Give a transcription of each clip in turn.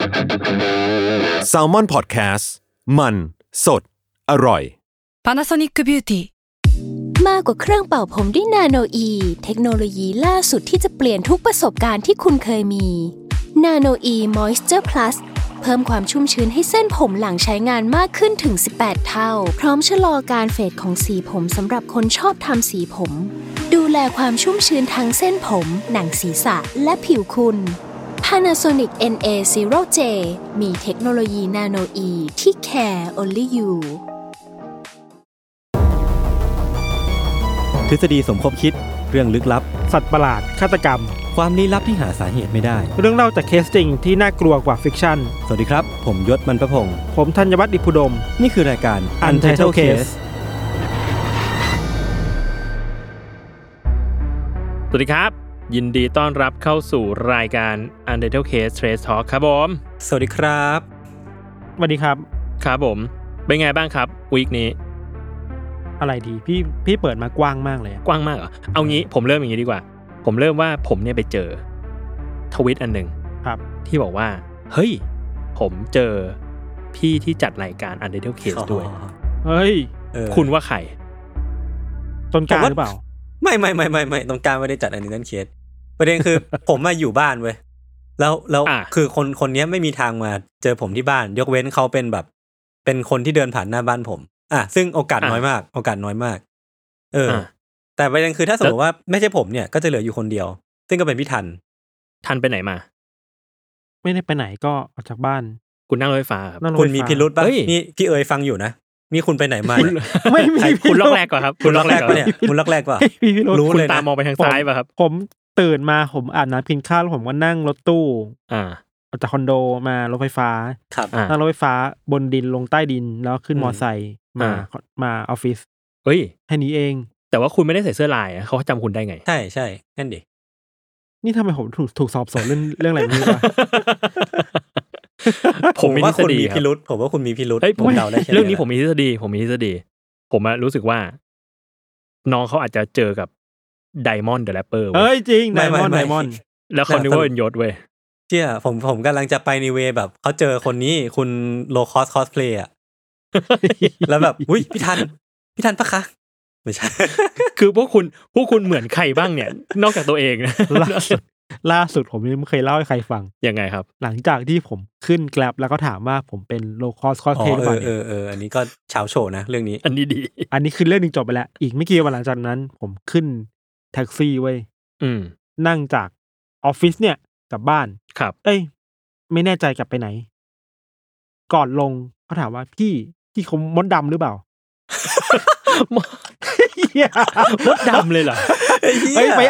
Salmon Podcast มันสดอร่อย Panasonic Beauty มากกว่าเครื่องเป่าผมด้วยนาโนอีเทคโนโลยีล่าสุดที่จะเปลี่ยนทุกประสบการณ์ที่คุณเคยมีนาโนอีมอยส์เจอร์พลัสเพิ่มความชุ่มชื้นให้เส้นผมหลังใช้งานมากขึ้นถึง18เท่าพร้อมชะลอการเฟดของสีผมสำหรับคนชอบทำสีผมดูแลความชุ่มชื้นทั้งเส้นผมหนังศีรษะและผิวคุณ Panasonic NA0J มีเทคโนโลยีนาโนอีที่ care only you ทฤษฎีสมคบคิดเรื่องลึกลับสัตว์ประหลาดฆาตกรรมความลี้ลับที่หาสาเหตุไม่ได้เรื่องเล่าจากเคสจริงที่น่ากลัวกว่าฟิกชั่นสวัสดีครับผมยศมันประพงษ์ผมธัญวัฒน์อิพุดมนี่คือรายการ Untitled Case สวัสดีครับยินดีต้อนรับเข้าสู่รายการ Untitled Case Trace Talk ครับผมสวัสดีครับสวัสดีครับครับผมเป็นไงบ้างครับวีคนี้อะไรดีพี่เปิดมากว้างมากเลยกว้างมากเหรอเอางี้ผมเริ่มอย่างนี้ดีกว่าผมเริ่มว่าผมเนี่ยไปเจอทวิตอันนึงครับที่บอกว่าเฮ้ยผมเจอพี่ที่จัดรายการ Untitled Case ด้วยเฮ้ยคุณว่าใครต้นกล้าหรือเปล่าไม่ต้นกล้าไม่ได้จัดUntitled Case ประเด็นคือ ผมมาอยู่บ้านเว้ยแล้วคือคนนี้ไม่มีทางมาเจอผมที่บ้านยกเว้นเขาเป็นแบบเป็นคนที่เดินผ่านหน้าบ้านผมซึ่งโอกาสน้อยมากแต่ประเด็นคือถ้าสมมติว่าไม่ใช่ผมเนี่ยก็จะเหลืออยู่คนเดียวซึ่งก็เป็นพี่ทันไปไหนมาไม่ได้ไปไหนก็ออกจากบ้านคุณนั่งรถไฟฟ้าครับคุณมีพิรุธป่ะนี่พี่เอ๋ยฟังอยู่นะนี่คุณไปไหนมาไม่มีคุณล็อกแรกกว่าครับคุณล็อกแรกป่ะเนี่ยคุณล็อกแรกป่ะรู้เลยตามองไปทางซ้ายป่ะครับผมตื่นมาผมอาบน้ำกินข้าวแล้วผมก็นั่งรถตู้ออกจากคอนโดมารถไฟฟ้านั่งรถไฟฟ้าบนดินลงใต้ดินแล้วขึ้นมอไซค์มาออฟฟิศเฮ้ยแค่นี้เองแต่ว่าคุณไม่ได้ใส่เสื้อลายเขาจำคุณได้ไงใช่นั่นดินี่ทำไมผมถูกสอบสวนเรื่องอะไรนี้วะผมว่าคุณมีพิรุธผมเดาได้เรื่องนี้ผมมีทฤษฎีผมรู้สึกว่าน้องเขาอาจจะเจอกับไดมอนด์เดอะแรปเปอร์เฮ้ยจริงไดมอนด์แล้วเขานึกว่าเป็นยศเว้ยเชี่ยผมกำลังจะไปในเวแบบเขาเจอคนนี้คุณโลคอสคอสเพลย์แล้วแบบอุ้ยพี่ทันปะคะไม่ใช่คือพวกคุณเหมือนใครบ้างเนี่ยนอกจากตัวเองนะล่าสุดผมยังไม่เคยเล่าให้ใครฟังยังไงครับหลังจากที่ผมขึ้น Grab แล้วก็ถามว่าผมเป็นโลคอสคอสเพลย์หรือเปล่าอันนี้ก็เช้าโชว์นะเรื่องนี้อันนี้ดีอันนี้คือเรื่องนึงจบไปแล้วอีกไม่กี่วันหลังจากนั้นผมขึ้นแท็กซี่เว้ยนั่งจากออฟฟิศเนี่ยกลับบ้านครับไม่แน่ใจกลับไปไหนก่อนลงเขาถามว่าพี่เขามดดำหรือเปล่ามดดำเลยเหรอไป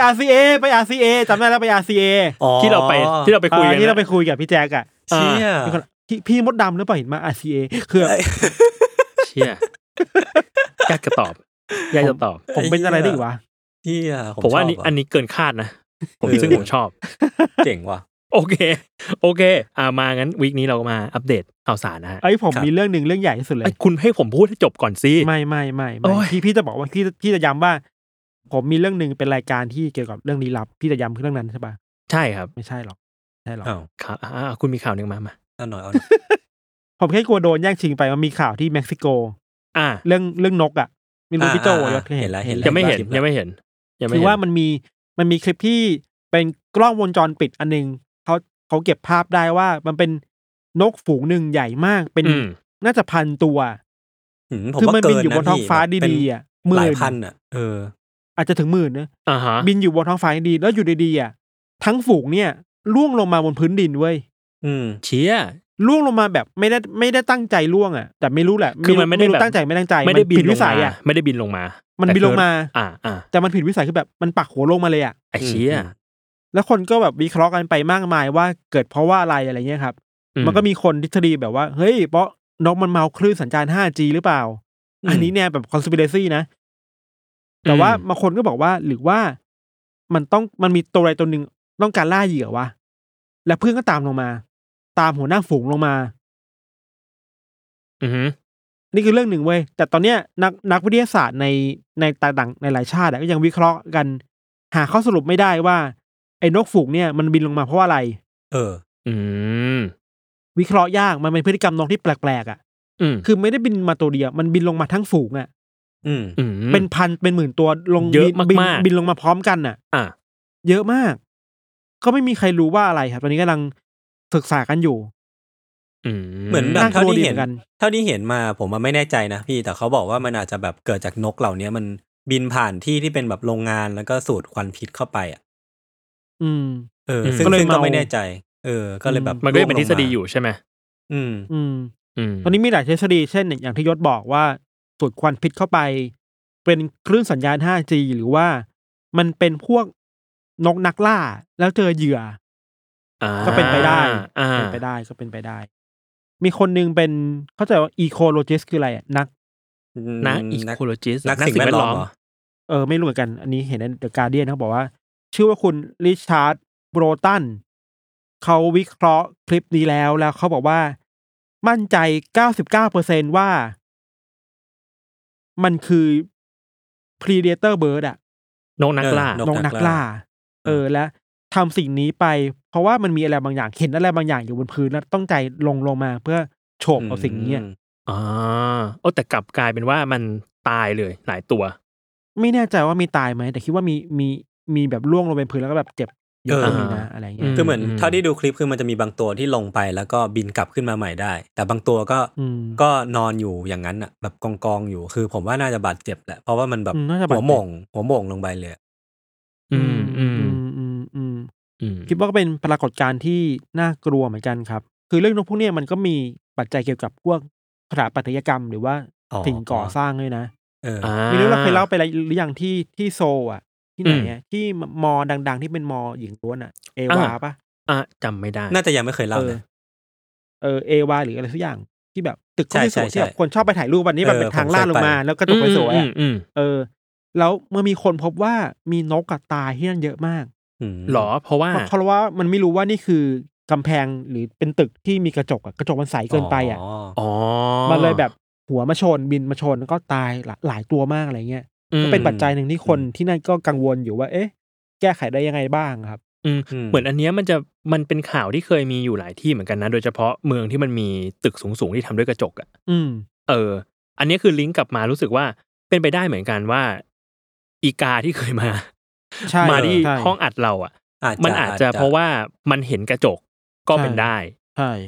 RCA จำได้แล้วไป RCA ที่เราไปคุยกันที่เราไปคุยกับพี่แจ๊กอ่ะเชี่ยพี่มดดำหรือเปล่าเห็นมา RCA คือเชี่ยยากจะตอบผมเป็นอะไรได้อีกวะเชี่ยผมว่าอันนี้เกินคาดนะซึ่งผมชอบเจ๋งว่ะโอเคมางั้นวีคนี้เรามาอัปเดตข่าวสารนะฮะผมมีเรื่องนึงเรื่องใหญ่ที่สุดเลยคุณให้ผมพูดให้จบก่อนสิไม่พี่จะบอกว่าพี่จะย้ำว่าผมมีเรื่องนึงเป็นรายการที่เกี่ยวกับเรื่องลี้ลับพี่จะย้ำเรื่องนั้นใช่ป่ะใช่ครับไม่ใช่หรอกครับคุณมีข่าวนึงมาเอาหน่อยผมแค่กลัวโดนแย่งชิงไปมันมีข่าวที่เม็กซิโกเรื่องนกอ่ะไม่รู้พี่โจเห็นแล้วยังไม่เห็นคือว่ามันมีคลิปที่เป็นกล้องวงจรปิดอันนึงเขาเก็บภาพได้ว่ามันเป็นนกฝูงหนึ่งใหญ่มากเป็นน่าจะ1,000 ตัวคือมันบินอยู่บนท้องฟ้าดีๆอ่ะหลายพันอ่ะอาจจะถึง10,000นะบินอยู่บนท้องฟ้าดีแล้วอยู่ดีๆอ่ะทั้งฝูงเนี่ยล่วงลงมาบนพื้นดินเว้ยเชี่ยล่วงลงมาแบบไม่ได้ตั้งใจล่วงอ่ะแต่ไม่รู้แหละคือมันไม่ได้ตั้งใจไม่ตั้งใจมันผิดวิสัยอ่ะไม่ได้บินลงมามันบินลงมาแต่มันผิดวิสัยคือแบบมันปักหัวลงมาเลยอ่ะไอ้เชี่ยแล้วคนก็แบบวิเคราะห์กันไปมากมายว่าเกิดเพราะว่าอะไรเงี้ยครับมันก็มีคนทฤษฎีแบบว่าเฮ้ยเพราะนกมันเมาคลื่นสัญญาณ 5G หรือเปล่าอันนี้เนี่ยแบบ conspiracy นะแต่ว่าบางคนก็บอกว่าหรือว่ามันมีตัวอะไรตัวนึงต้องการล่าเหยื่อวะแล้วเพื่อนก็ตามลงมาตามหัวหน้าฝูงลงมานี่คือเรื่องหนึ่งเว้ยแต่ตอนเนี้ยนักวิทยาศาสตร์ในต่างในหลายชาติก็ยังวิเคราะห์กันหาข้อสรุปไม่ได้ว่าไอ้นกฝูงเนี่ยมันบินลงมาเพราะอะไรวิเคราะห์ยากมันเป็นพฤติกรรมนกที่แปลกๆอ่ะคือไม่ได้บินมาตัวเดียวมันบินลงมาทั้งฝูงอ่ะเป็นพันเป็นหมื่นตัวลงบินลงมาพร้อมกันอ่ะเยอะมากก็ไม่มีใครรู้ว่าอะไรครับตอนนี้กำลังศึกษากันอยู่เหมือนแบบเท่าที่เห็นมาผมไม่แน่ใจนะพี่แต่เขาบอกว่ามันอาจจะแบบเกิดจากนกเหล่านี้มันบินผ่านที่เป็นแบบโรงงานแล้วก็สูดควันพิษเข้าไปอ่ะซึ่งก็ไม่แน่ใจก็เลยแบบมันก็เป็นทฤษฎีอยู่ใช่ไหมตอนนี้มีหลายทฤษฎีเช่นอย่างที่ยศบอกว่าสูดควันพิษเข้าไปเป็นคลื่นสัญญาณ 5G หรือว่ามันเป็นพวกนกนักล่าแล้วเจอเหยื่อก็เป็นไปได้เป็นไปได้มีคนนึงเป็นเข้าใจว่าอีโคโลจิสคืออะไรอ่ะนักอีโคโลจิสนักสิ่งแวดล้อมไม่รู้เหมือนกันอันนี้เห็นใน The Guardian เขาบอกว่าชื่อว่าคุณริชาร์ดโบรตันเขาวิเคราะห์คลิปนี้แล้วเขาบอกว่ามั่นใจ 99% ว่ามันคือ predator bird อ่ะนกนักล่าและทำสิ่งนี้ไปเพราะว่ามันมีอะไรบางอย่างเห็นอะไรบางอย่างอยู่บนพื้นแล้วต้องใจลงมาเพื่อโฉบเอาสิ่งนี้แต่กลับกลายเป็นว่ามันตายเลยหลายตัวไม่แน่ใจว่ามีตายไหมแต่คิดว่ามีแบบล่วงลงไปพื้นแล้วก็แบบเจ็บเยอะนะอะไรเงี้ยคือเหมือนเท่าที่ดูคลิปคือมันจะมีบางตัวที่ลงไปแล้วก็บินกลับขึ้นมาใหม่ได้แต่บางตัวก็นอนอยู่อย่างนั้นอ่ะแบบกองอยู่คือผมว่าน่าจะบาดเจ็บแหละเพราะว่ามันแบบหัวโหม่งลงไปเลยคิดว่าก็เป็นปรากฏการณ์ที่น่ากลัวเหมือนกันครับคือเรื่องนกพวกนี้มันก็มีปัจจัยเกี่ยวกับพวกสถาปัตยกรรมหรือว่าสิ่งก่อสร้างด้วยนะไม่รู้เราเคยเล่าไปหรือยังที่โซอ่ะที่ไหนอ่ะที่มอดังๆที่เป็นมอหญิงล้วนอ่ะเอวาป่ะจำไม่ได้น่าจะยังไม่เคยเล่าเลยเอวาหรืออะไรสักอย่างที่แบบตึกสวยๆที่คนชอบไปถ่ายรูปวันนี้แบบเป็นทางลาดลงมาแล้วก็ตกไปสวยแล้วเมื่อมีคนพบว่ามีนกตายที่นั่นเยอะมากหรอเพราะว่ามันไม่รู้ว่านี่คือกำแพงหรือเป็นตึกที่มีกระจกมันใสเกินไปมันเลยแบบหัวมาชนบินมาชนแล้วก็ตายหลายตัวมากอะไรเงี้ยก็เป็นปัจจัยหนึ่งที่คนที่นั่นก็กังวลอยู่ว่าเอ๊ะแก้ไขได้ยังไงบ้างครับเหมือนอันเนี้ยมันเป็นข่าวที่เคยมีอยู่หลายที่เหมือนกันนะโดยเฉพาะเมืองที่มันมีตึกสูงๆที่ทำด้วยกระจกอันนี้คือลิงก์กลับมารู้สึกว่าเป็นไปได้เหมือนกันว่าอีกาที่เคยมาที่ห้องอัดเรามันอาจจะเพราะว่ามันเห็นกระจกก็เป็นได้ใช่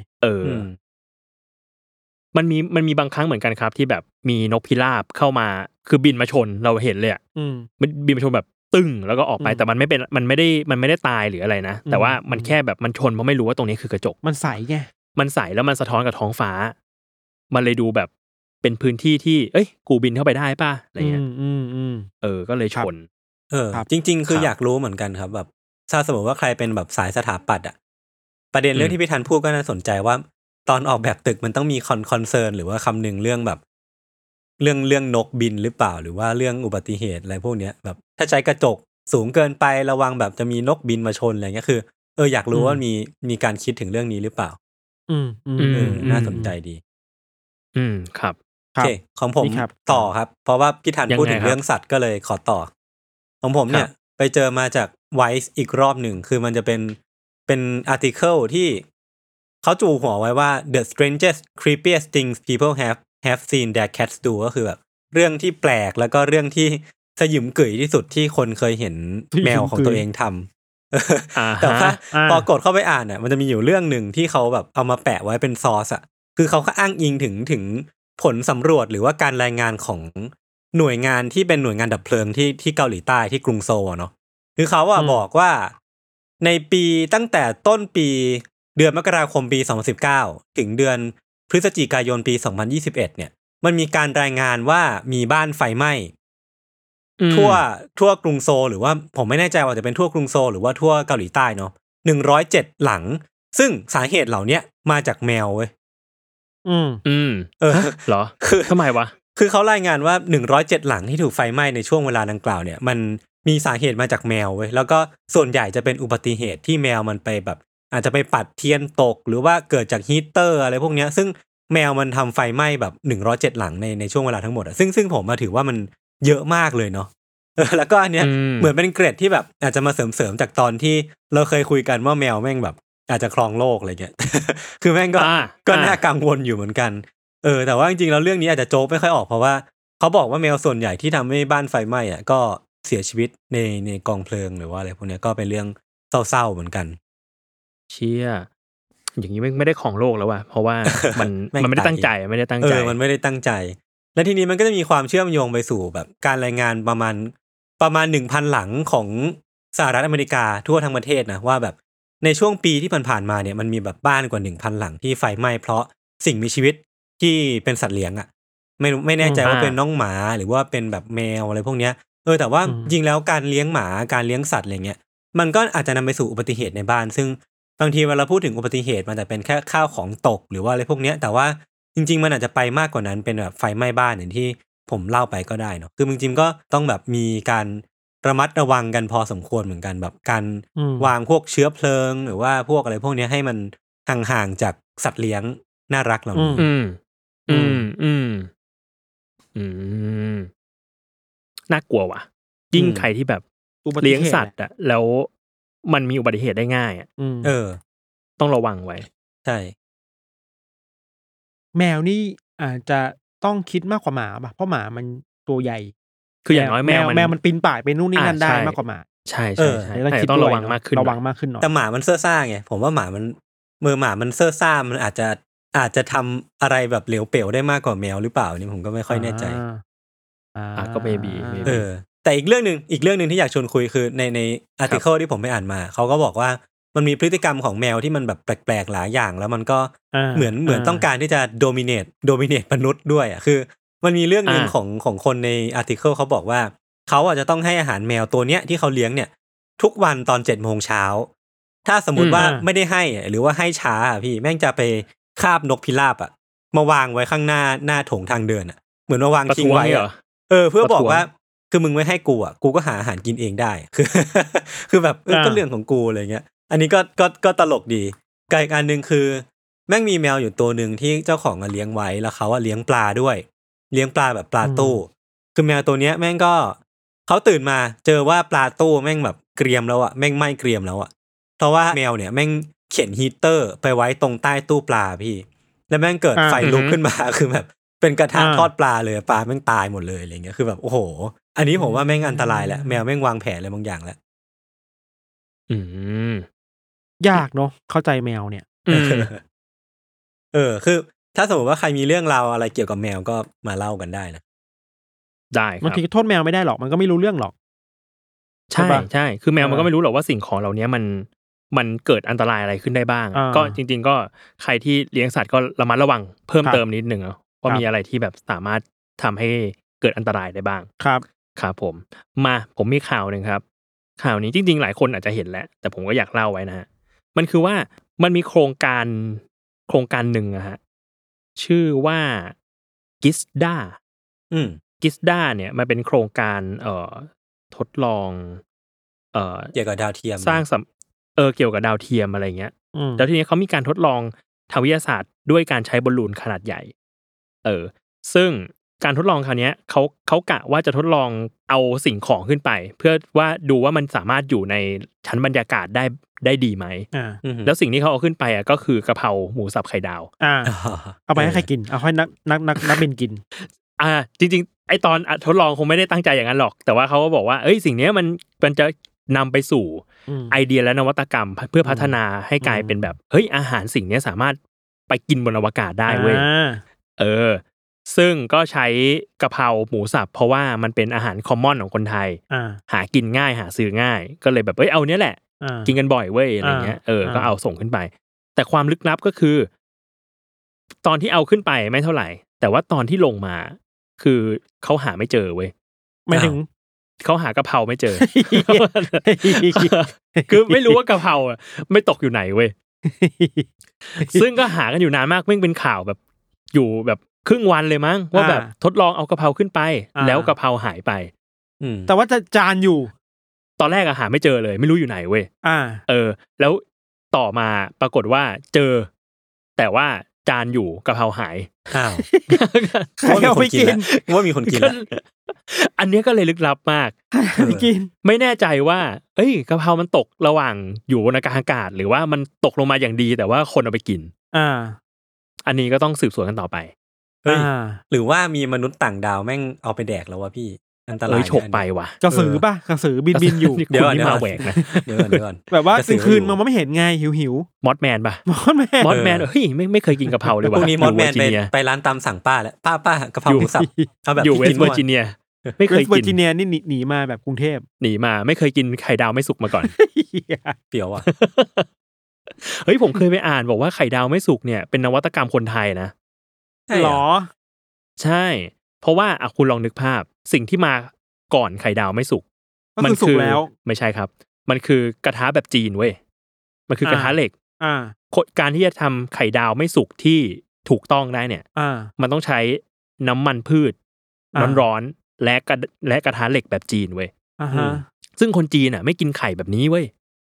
มันมีบางครั้งเหมือนกันครับที่แบบมีนกพิราบเข้ามาคือบินมาชนเราเห็นเลยมันบินมาชนแบบตึ้งแล้วก็ออกไปแต่มันไม่ได้ตายหรืออะไรนะแต่ว่ามันแค่แบบมันชนเพราะไม่รู้ว่าตรงนี้คือกระจกมันใสไงมันใสแล้วมันสะท้อนกับท้องฟ้ามันเลยดูแบบเป็นพื้นที่ที่เอ้ยกูบินเข้าไปได้ป่ะอะไรเงี้ยก็เลยชนจริงๆคืออยากรู้เหมือนกันครับแบบถ้าสมมติว่าใครเป็นแบบสายสถาปัตย์ประเด็นเรื่องที่พี่ธันพูดก็น่าสนใจว่าตอนออกแบบตึกมันต้องมีคอนเซิร์นหรือว่าคำนึงเรื่องแบบเรื่องนกบินหรือเปล่าหรือว่าเรื่องอุบัติเหตุอะไรพวกเนี้ยแบบถ้าใช้กระจกสูงเกินไประวังแบบจะมีนกบินมาชนอะไรเงี้ยคืออยากรู้ว่ามีการคิดถึงเรื่องนี้หรือเปล่าน่าสนใจดีครับโอเคของผมต่อครับเพราะว่าพี่ธันพูดถึงเรื่องสัตว์ก็เลยขอต่อของผมเนี่ยไปเจอมาจาก Vice อีกรอบหนึ่งคือมันจะเป็นอาร์ติเคิลที่เขาจูหัวไว้ว่า the strangest creepiest things people have seen their cats do ก็คือแบบเรื่องที่แปลกแล้วก็เรื่องที่สยิมกึ๋ยที่สุดที่คนเคยเห็นแมวของตัวเองทำแต่ว่าพอกดเข้าไปอ่านมันจะมีอยู่เรื่องหนึ่งที่เขาแบบเอามาแปะไว้เป็นซอสคือเขาก็อ้างอิงถึงผลสำรวจหรือว่าการรายงานของหน่วยงานที่เป็นหน่วยงานดับเพลิงที่เกาหลีใต้ที่กรุงโซลเนาะคือเขาบอกว่าในปีตั้งแต่ต้นปีเดือนมกราคมปี2019ถึงเดือนพฤศจิกายนปี2021เนี่ยมันมีการรายงานว่ามีบ้านไฟไหม้ทั่วกรุงโซลหรือว่าผมไม่แน่ใจว่าจะเป็นทั่วกรุงโซลหรือว่าทั่วเกาหลีใต้เนาะ107หลังซึ่งสาเหตุเหล่านี้มาจากแมวเว้ยเหรอคือทำไมวะคือเขารายงานว่า107หลังที่ถูกไฟไหม้ในช่วงเวลาดังกล่าวเนี่ยมันมีสาเหตุมาจากแมวเว้ยแล้วก็ส่วนใหญ่จะเป็นอุบัติเหตุที่แมวมันไปแบบอาจจะไปปัดเทียนตกหรือว่าเกิดจากฮีตเตอร์อะไรพวกเนี้ยซึ่งแมวมันทำไฟไหม้แบบ107หลังในช่วงเวลาทั้งหมดซึ่งผมมาถือว่ามันเยอะมากเลยเนาะแล้วก็อันเนี้ยเหมือนเป็นเกรดที่แบบอาจจะมาเสริมจากตอนที่เราเคยคุยกันว่าแมวแม่งแบบอาจจะครองโลกอะไรเงี้ย คือแม่งก็น่ากังวลอยู่เหมือนกันแต่ว่าจริงๆแล้วเรื่องนี้อาจจะโจ๊กไม่ค่อยออกเพราะว่าเขาบอกว่าแมวส่วนใหญ่ที่ทำให้บ้านไฟไหม้อ่ะก็เสียชีวิตในกองเพลิงหรือว่าอะไรพวกนี้ก็เป็นเรื่องเศร้าๆเหมือนกันเชี่ยอย่างนี้ไม่ได้ของโลกแล้วว่ะเพราะว่ามันไม่ได้ตั้งใจมันไม่ได้ตั้งใจและทีนี้มันก็จะมีความเชื่อมโยงไปสู่แบบการรายงานประมาณ 1,000 หลังของสหรัฐอเมริกาทั่วทั้งประเทศนะว่าแบบในช่วงปีที่ผ่านมาเนี่ยมันมีแบบบ้านกว่า 1,000 หลังที่ไฟไหม้เพราะสิ่งมีชีวิตที่เป็นสัตว์เลี้ยงอ่ะไม่แน่ใจว่าเป็นน้องหมาหรือว่าเป็นแบบแมวอะไรพวกเนี้ยแต่ว่าจริงแล้วการเลี้ยงหมาการเลี้ยงสัตว์อะไรเงี้ยมันก็อาจจะนำไปสู่อุบัติเหตุในบ้านซึ่งบางทีเวลาพูดถึงอุบัติเหตุมันจะเป็นแค่ข้าวของตกหรือว่าอะไรพวกเนี้ยแต่ว่าจริงๆมันอาจจะไปมากกว่านั้นเป็นแบบไฟไหม้บ้านอย่างที่ผมเล่าไปก็ได้เนาะคือจริงๆก็ต้องแบบมีการระมัดระวังกันพอสมควรเหมือนกันแบบการวางพวกเชื้อเพลิงหรือว่าพวกอะไรพวกนี้ให้มันห่างๆจากสัตว์เลี้ยงน่ารักเหล่านี้น่ากลัวว่ะยิ่งใครที่แบบเลี้ยงสัตว์อ่ะแล้วมันมีอุบัติเหตุได้ง่ายอ่ะต้องระวังไว้ใช่แมวนี่อาจจะต้องคิดมากกว่าหมาป่ะเพราะหมามันตัวใหญ่คืออย่างน้อยแมวมันปีนป่ายไปนู่นนี่นั่นได้มากกว่าหมาใช่ต้องระวังมากขึ้นหน่อยแต่หมามันเซ่อซ่าไงผมว่าหมามันหมามันเซ่อซ่ามันอาจจะทำอะไรแบบเหลวเป๋วได้มากกว่าแมวหรือเปล่านี่ผมก็ไม่ค่อยแน่ใจก็เมบีแต่อีกเรื่องนึงที่อยากชวนคุยคือในอาร์ติเคิลที่ผมไปอ่านมาเขาก็บอกว่ามันมีพฤติกรรมของแมวที่มันแบบแปลกๆหลายอย่างแล้วมันก็เหมือนต้องการที่จะโดมิเนตมนุษย์ด้วยอ่ะคือมันมีเรื่องนึงของคนในอาร์ติเคิลเขาบอกว่าเขาอาจจะต้องให้อาหารแมวตัวเนี้ยที่เขาเลี้ยงเนี่ยทุกวันตอน 7:00 น.ถ้าสมมุติว่าไม่ได้ให้หรือว่าให้ช้าอ่ะพี่แม่งจะไปคาบนกพิราบอ่ะมาวางไว้ข้างหน้าโถงทางเดินอ่ะเหมือนมาวางทิ้งไว้อ่ะเพื่อบอกว่าคือมึงไม่ให้กูอ่ะกูก็หาอาหารกินเองได้คือแบบก็เรื่องของกูอะไรเงี้ยอันนี้ก็ตลกดีกับอีกอันนึงคือแม่งมีแมวอยู่ตัวนึงที่เจ้าของเลี้ยงไว้แล้วเขาเลี้ยงปลาด้วยเลี้ยงปลาแบบปลาตู้คือแมวตัวเนี้ยแม่งก็เขาตื่นมาเจอว่าปลาตู้แม่งแบบเกรียมแล้วอ่ะแม่งไหม้เกรียมแล้วอ่ะเพราะว่าแมวเนี่ยแม่งเข็นฮีเตอร์ไปไว้ตรงใต้ตู้ปลาพี่แล้วแม่งเกิดไฟลุกขึ้นมาคือแบบเป็นกระทะทอดปลาเลยปลาแม่งตายหมดเลยอะไรเงี้ยคือแบบโอ้โหอันนี้ผมว่าแม่งอันตรายแล้วแมวแม่งวางแผนอะไรบางอย่างแล้วยากเนาะเข้าใจแมวเนี่ยคือถ้าสมมติว่าใครมีเรื่องราวอะไรเกี่ยวกับแมวก็มาเล่ากันได้นะได้ครับบางทีโทษแมวไม่ได้หรอกมันก็ไม่รู้เรื่องหรอกใช่คือแมวมันก็ไม่รู้หรอกว่าสิ่งของเหล่านี้มันเกิดอันตรายอะไรขึ้นได้บ้างก็จริงๆก็ใครที่เลี้ยงสัตว์ก็ระมัดระวังเพิ่มเติมนิดนึงว่ามีอะไรที่แบบสามารถทำให้เกิดอันตรายได้บ้างครับผมมีข่าวนึงครับข่าวนี้จริงๆหลายคนอาจจะเห็นแล้วแต่ผมก็อยากเล่าไว้นะฮะมันคือว่ามันมีโครงการหนึ่งอะฮะชื่อว่า GISDA GISDA เนี่ยมันเป็นโครงการทดลองเกี่ยวกับดาวเทียมสร้างเกี่ยวกับดาวเทียมอะไรเงี้ยแล้วทีนี้เขามีการทดลองทางวิทยาศาสตร์ด้วยการใช้บอลลูนขนาดใหญ่ซึ่งการทดลองคราวนี้เขากะว่าจะทดลองเอาสิ่งของขึ้นไปเพื่อว่าดูว่ามันสามารถอยู่ในชั้นบรรยากาศได้ดีไหมแล้วสิ่งที่เขาเอาขึ้นไปก็คือกะเพราหมูสับไข่ดาวเอาไปให้ใครกินเอาให้นักบินกินจริงๆไอตอนทดลองคงไม่ได้ตั้งใจอย่างนั้นหรอกแต่ว่าเขาก็บอกว่าสิ่งนี้มันจะนำไปสู่ไอเดียและนวัตกรรมเพื่อพัฒนาให้กลายเป็นแบบอาหารสิ่งนี้สามารถไปกินบนอวกาศได้เว้ยซึ่งก็ใช้กะเพราหมูสับเพราะว่ามันเป็นอาหารคอมมอนของคนไทยหากินง่ายหาซื้อง่ายก็เลยแบบเอาเนี้ยแหละกินกันบ่อยเว้ยอะไรเงี้ยก็เอาส่งขึ้นไปแต่ความลึกลับก็คือตอนที่เอาขึ้นไปไม่เท่าไหร่แต่ว่าตอนที่ลงมาคือเขาหาไม่เจอเว้ยไม่ถึงเขาหากะเพราไม่เจอ คือไม่รู้ว่ากะเพราไม่ตกอยู่ไหนเว้ย ซึ่งก็หากันอยู่นานมากไม่เป็นข่าวแบบอยู่แบบครึ่งวันเลยมั้งว่าแบบทดลองเอากะเพราขึ้นไปแล้วกะเพราหายไปแต่ว่าจะจานอยู่ตอนแรกหาไม่เจอเลยไม่รู้อยู่ไหนเว้ยแล้วต่อมาปรากฏว่าเจอแต่ว่าจานอยู่กะเพราหายอ้าวใครเอาไปกินว่ามีคนกินแล้วอันนี้ก็เลยลึกลับมากไปกินไม่แน่ใจว่ากะเพรามันตกระหว่างอยู่บนอากาศหรือว่ามันตกลงมาอย่างดีแต่ว่าคนเอาไปกินอันนี้ก็ต้องสืบสวนกันต่อไปเฮ้ยหรือว่ามีมนุษย์ต่างดาวแม่งเอาไปแดกแล้ววะพี่อันตรายฉกไปว่ะกระสือป่ะกระสือบินอยู่เดี๋ยวนี่มาแหวกนะเดี๋ยวก่อนแบบว่ากลางคืนมันไม่เห็นไงหิวมอสแมนป่ะมอสแมนเฮ้ยไม่เคยกินกะเพราเลยว่ะพวกนี้มอสแมนไปร้านตามสั่งป้าแล้วป้ากะเพราหมูสับเอาแบบอยู่เวสต์เวอร์จิเนียไม่เคยกินเวอร์จิเนียนี่หนีมาแบบกรุงเทพหนีมาไม่เคยกินไข่ดาวไม่สุกมาก่อนเปรี้ยวอ่ะเฮ้ยผมเคยไปอ่านบอกว่าไข่ดาวไม่สุกเนี่ยเป็นนวัตกรรมคนไทยนะหรอใช่เพราะว่าคุณลองนึกภาพสิ่งที่มาก่อนไข่ดาวไม่สุกมันคือแล้วไม่ใช่ครับมันคือกระทะแบบจีนเว้ยมันคือกระทะเหล็กการที่จะทำไข่ดาวไม่สุกที่ถูกต้องได้เนี่ยมันต้องใช้น้ำมันพืชร้อนๆและกระทะเหล็กแบบจีนเว้ยซึ่งคนจีนอ่ะไม่กินไข่แบบนี้เว้ย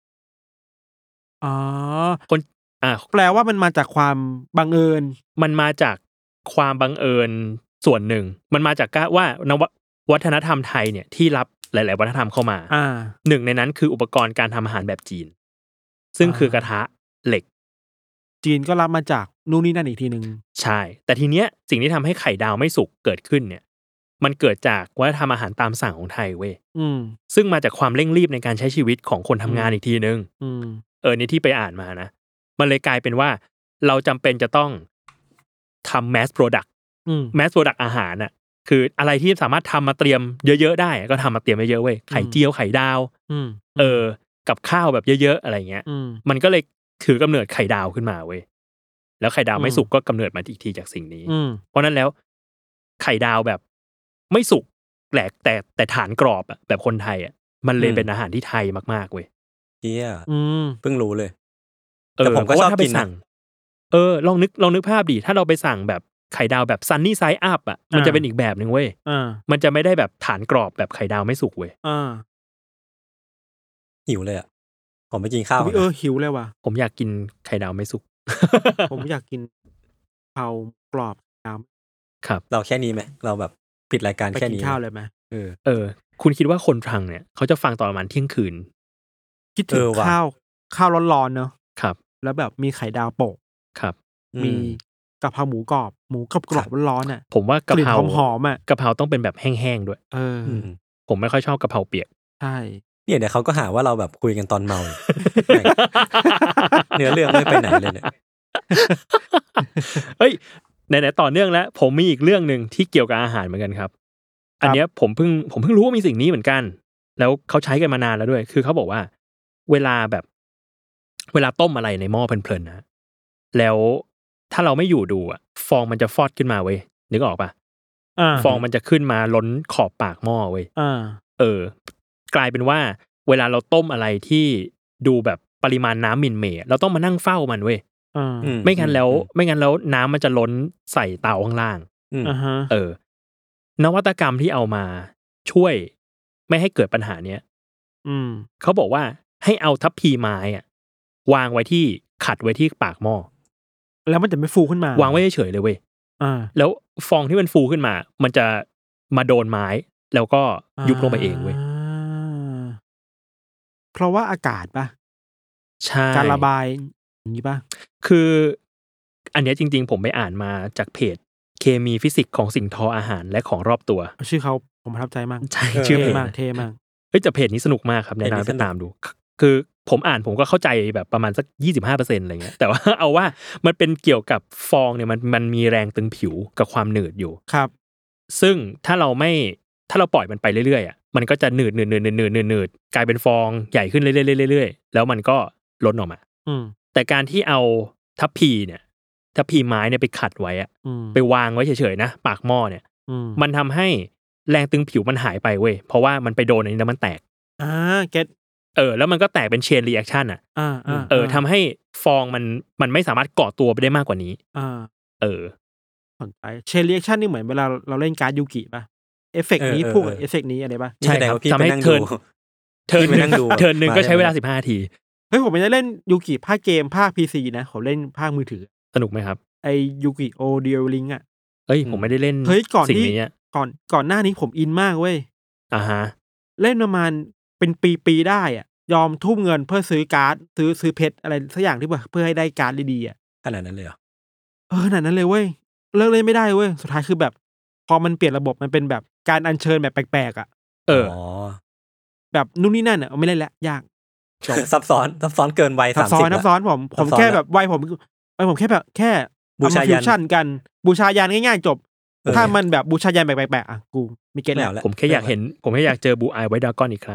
คนแปลว่ามันมาจากความบังเอิญมันมาจากความบังเอิญส่วนหนึ่งมันมาจากว่าวัฒนธรรมไทยเนี่ยที่รับหลายๆวัฒนธรรมเข้ามาหนึ่งในนั้นคืออุปกรณ์การทำอาหารแบบจีนซึ่งคือกระทะเหล็กจีนก็รับมาจากนู่นนี่นั่นอีกทีนึงใช่แต่ทีเนี้ยสิ่งที่ทำให้ไข่ดาวไม่สุกเกิดขึ้นเนี่ยมันเกิดจากวัฒนธรรมอาหารตามสั่งของไทยเว้ยซึ่งมาจากความเร่งรีบในการใช้ชีวิตของคนทำงานอีกทีนึงนี่ที่ไปอ่านมานะมันเลยกลายเป็นว่าเราจำเป็นจะต้องทำ mass product mass product อาหารน่ะคืออะไรที่สามารถทำมาเตรียมเยอะๆได้ก็ทำมาเตรียมเยอะๆเว้ยไข่เจียวไข่ดาวกับข้าวแบบเยอะๆอะไรเงี้ยมันก็เลยถือกำเนิดไข่ดาวขึ้นมาเว้ยแล้วไข่ดาวไม่สุกก็กำเนิดมาอีกทีจากสิ่งนี้เพราะนั้นแล้วไข่ดาวแบบไม่สุกแปลกแต่ฐานกรอบอ่ะแบบคนไทยอ่ะมันเลยเป็นอาหารที่ไทยมากๆเว้ยเหี้ยเพิ่งรู้เลยแต่ผมก็ชอบกินนะลองนึกภาพดิถ้าเราไปสั่งแบบไข่ดาวแบบซันนี่ไซด์อัพอ่ะมันจะเป็นอีกแบบนึงเว้ยมันจะไม่ได้แบบฐานกรอบแบบไข่ดาวไม่สุกเว้ยหิวเลยอ่ะผมไปกินข้าวหิวเลยว่ะผมอยากกินไข่ดาวไม่สุกผมอยากกินเผากรอบน้ำครับเราแค่นี้ไหมเราแบบปิดรายการแค่นี้ข้าวเลยไหมคุณคิดว่าคนฟังเนี่ยเขาจะฟังตอนประมาณเที่ยงคืนคิดถึงข้าวร้อนๆเนอะครับแล้วแบบมีไข่ดาวโปะครับมีกะเพราหมูกรอบร้อนๆอ่ะผมว่ากะเพราหอมๆอ่ะกะเพราต้องเป็นแบบแห้งๆด้วยผมไม่ค่อยชอบกะเพราเปียกใช่เนี่ยเดี๋ยวเขาก็หาว่าเราแบบคุยกันตอนเมาเนื้อเรื่องไม่ไปไหนเลยเนี่ยเฮ้ยไหนๆต่อเนื่องแล้วผมมีอีกเรื่องนึงที่เกี่ยวกับอาหารเหมือนกันครับอันเนี้ยผมเพิ่งรู้ว่ามีสิ่งนี้เหมือนกันแล้วเขาใช้กันมานานแล้วด้วยคือเขาบอกว่าเวลาต้มอะไรในหม้อเพลินๆนะแล้วถ้าเราไม่อยู่ดูอ่ะฟองมันจะฟอดขึ้นมาเว้ยนึกออกป่ะฟองมันจะขึ้นมาล้นขอบปากหม้อเว้ยกลายเป็นว่าเวลาเราต้มอะไรที่ดูแบบปริมาณน้ำมินเมย์เราต้องมานั่งเฝ้ามันเว้ยไม่งั้นแล้วน้ำมันจะล้นใส่เตาข้างล่างนวัตกรรมที่เอามาช่วยไม่ให้เกิดปัญหาเนี้ยเขาบอกว่าให้เอาทัพพีไม้อะวางไว้ที่ขัดไว้ที่ปากหม้อแล้วมันจะไม่ฟูขึ้นมาวางไว้เฉยๆเลยเว้ยแล้วฟองที่มันฟูขึ้นมามันจะมาโดนไม้แล้วก็ยุบลงไปเองเว้ยเพราะว่าอากาศป่ะใช่การระบายอย่างนี้ป่ะคืออันนี้จริงๆผมไปอ่านมาจากเพจเคมีฟิสิกส์ของสิ่งทออาหารและของรอบตัวชื่อเขาผมประทับใจมากใช่ชื่อเพจมากเท่มากแต่เพจนี้สนุกมากครับแนะนำไปตามดูคือผมอ่านผมก็เข้าใจแบบประมาณสัก 25% อะไรเงี้ยแต่ว่าเอาว่ามันเป็นเกี่ยวกับฟองเนี่ยมันมีแรงตึงผิวกับความหนืดอยู่ครับซึ่งถ้าเราปล่อยมันไปเรื่อยๆอ่ะมันก็จะหนืดกลายเป็นฟองใหญ่ขึ้นเรื่อยๆแล้วมันก็ล้นออกมาแต่การที่เอาทัพพีไม้เนี่ยไปขัดไว้อ่ะไปวางไว้เฉยๆนะปากหม้อเนี่ยมันทำให้แรงตึงผิวมันหายไปเว้ยเพราะว่ามันไปโดนอันนี้แล้วมันแตกเก็ตแล้วมันก็แตกเป็นเชนรีแอคชั่นอ่ะทำให้ฟองมันไม่สามารถเกาะตัวไปได้มากกว่านี้สนใจเชนรีแอคชั่นนี่เหมือนเวลาเราเล่นการ์ดยูกิป่ะเอฟเฟกต์นี้พวกเอฟเฟกต์นี้อะไรป่ะใช่ครับทำให้เทิร์นนึงก็ใช้เวลา15 นาทีเฮ้ยผมไม่ได้เล่นยูกิภาคเกมภาค PC นะผมเล่นภาคมือถือสนุกไหมครับไอยูกิโอเดียลิงอ่ะเอ้ยผมไม่ได้เล่นเฮ้ยก่อนสิ่งที่นี้ก่อนหน้านี้ผมอินมากเว้ยฮะเล่นประมาณเป็นปีๆได้อ่ะยอมทุ่มเงินเพื่อซื้อการ์ดซื้อเพชรอะไรสักอย่างที่เพื่อให้ได้การ์ดดีๆอ่ะขนาดนั้นเลยเหรอขนาดนั้นเลยเว้ยเลิกเล่นไม่ได้เว้ยสุดท้ายคือแบบพอมันเปลี่ยนระบบมันเป็นแบบการอัญเชิญแบบแปลกๆอ่ะแบบนู่นนี่นั่นอ่ะไม่เล่นแล้วยากซับซ้อนเกินวัย30ซับซ้อนผมแค่แบบวัยผมแค่แบบแค่บูชายันกันบูชายันง่ายๆจบถ้ามันแบบบูชายันแปลกๆอ่ะกูไม่เก็ตแล้วผมแค่อยากเจอบูอายไวท์ดราก้อนอีกครั้ง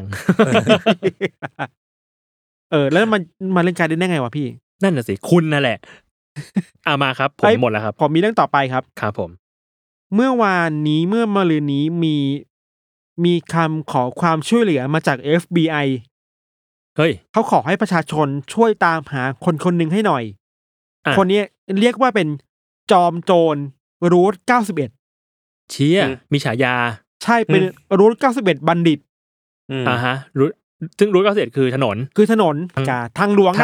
แล้วมันเล่นการ์ดได้ไงวะพี่นั่นน่ะสิคุณนั่นแหละมาครับผมหมดแล้วครับผมมีเรื่องต่อไปครับครับผมเมื่อวานนี้เมื่อมะรืนนี้มีคำขอความช่วยเหลือมาจาก FBI เฮ้ยเขาขอให้ประชาชนช่วยตามหาคนหนึ่งให้หน่อยคนนี้เรียกว่าเป็นจอมโจรรูท91 เชี่ยมีฉายาใช่เป็นรูท91บัณฑิตฮะรูทซึ่งรูท91คือถนนทางหลวง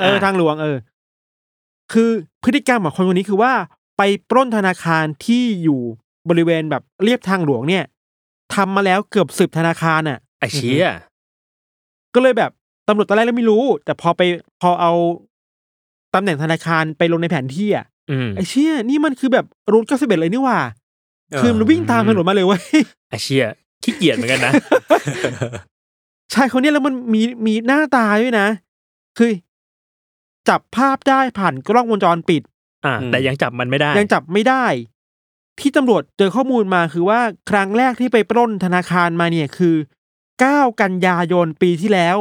คือพฤติกรรมของคนนี้คือว่าไปปล้นธนาคารที่อยู่บริเวณแบบเรียบทางหลวงเนี่ยทำมาแล้วเกือบ10ธนาคารอ่ะไอ้เชี่ยก็เลยแบบตำรวจตอนแรกไม่รู้แต่พอเอาตำแหน่งธนาคารไปลงในแผนที่อ่ะไอ้เชี่ยนี่มันคือแบบรูท91เลยนี่ว่าคือมันวิ่งตามถนนมาเลยเว้ยไอ้เชี่ยขี้เกียจเหมือนกันนะใช่คนนี้แล้วมันมีหน้าตาด้วยนะคือจับภาพได้ผ่านกล้องวงจรปิดแต่ยังจับมันไม่ได้ยังจับไม่ได้ที่ตำรวจเจอข้อมูลมาคือว่าครั้งแรกที่ไปปล้นธนาคารมาเนี่ยคือ9กันยายนปีที่แล้ว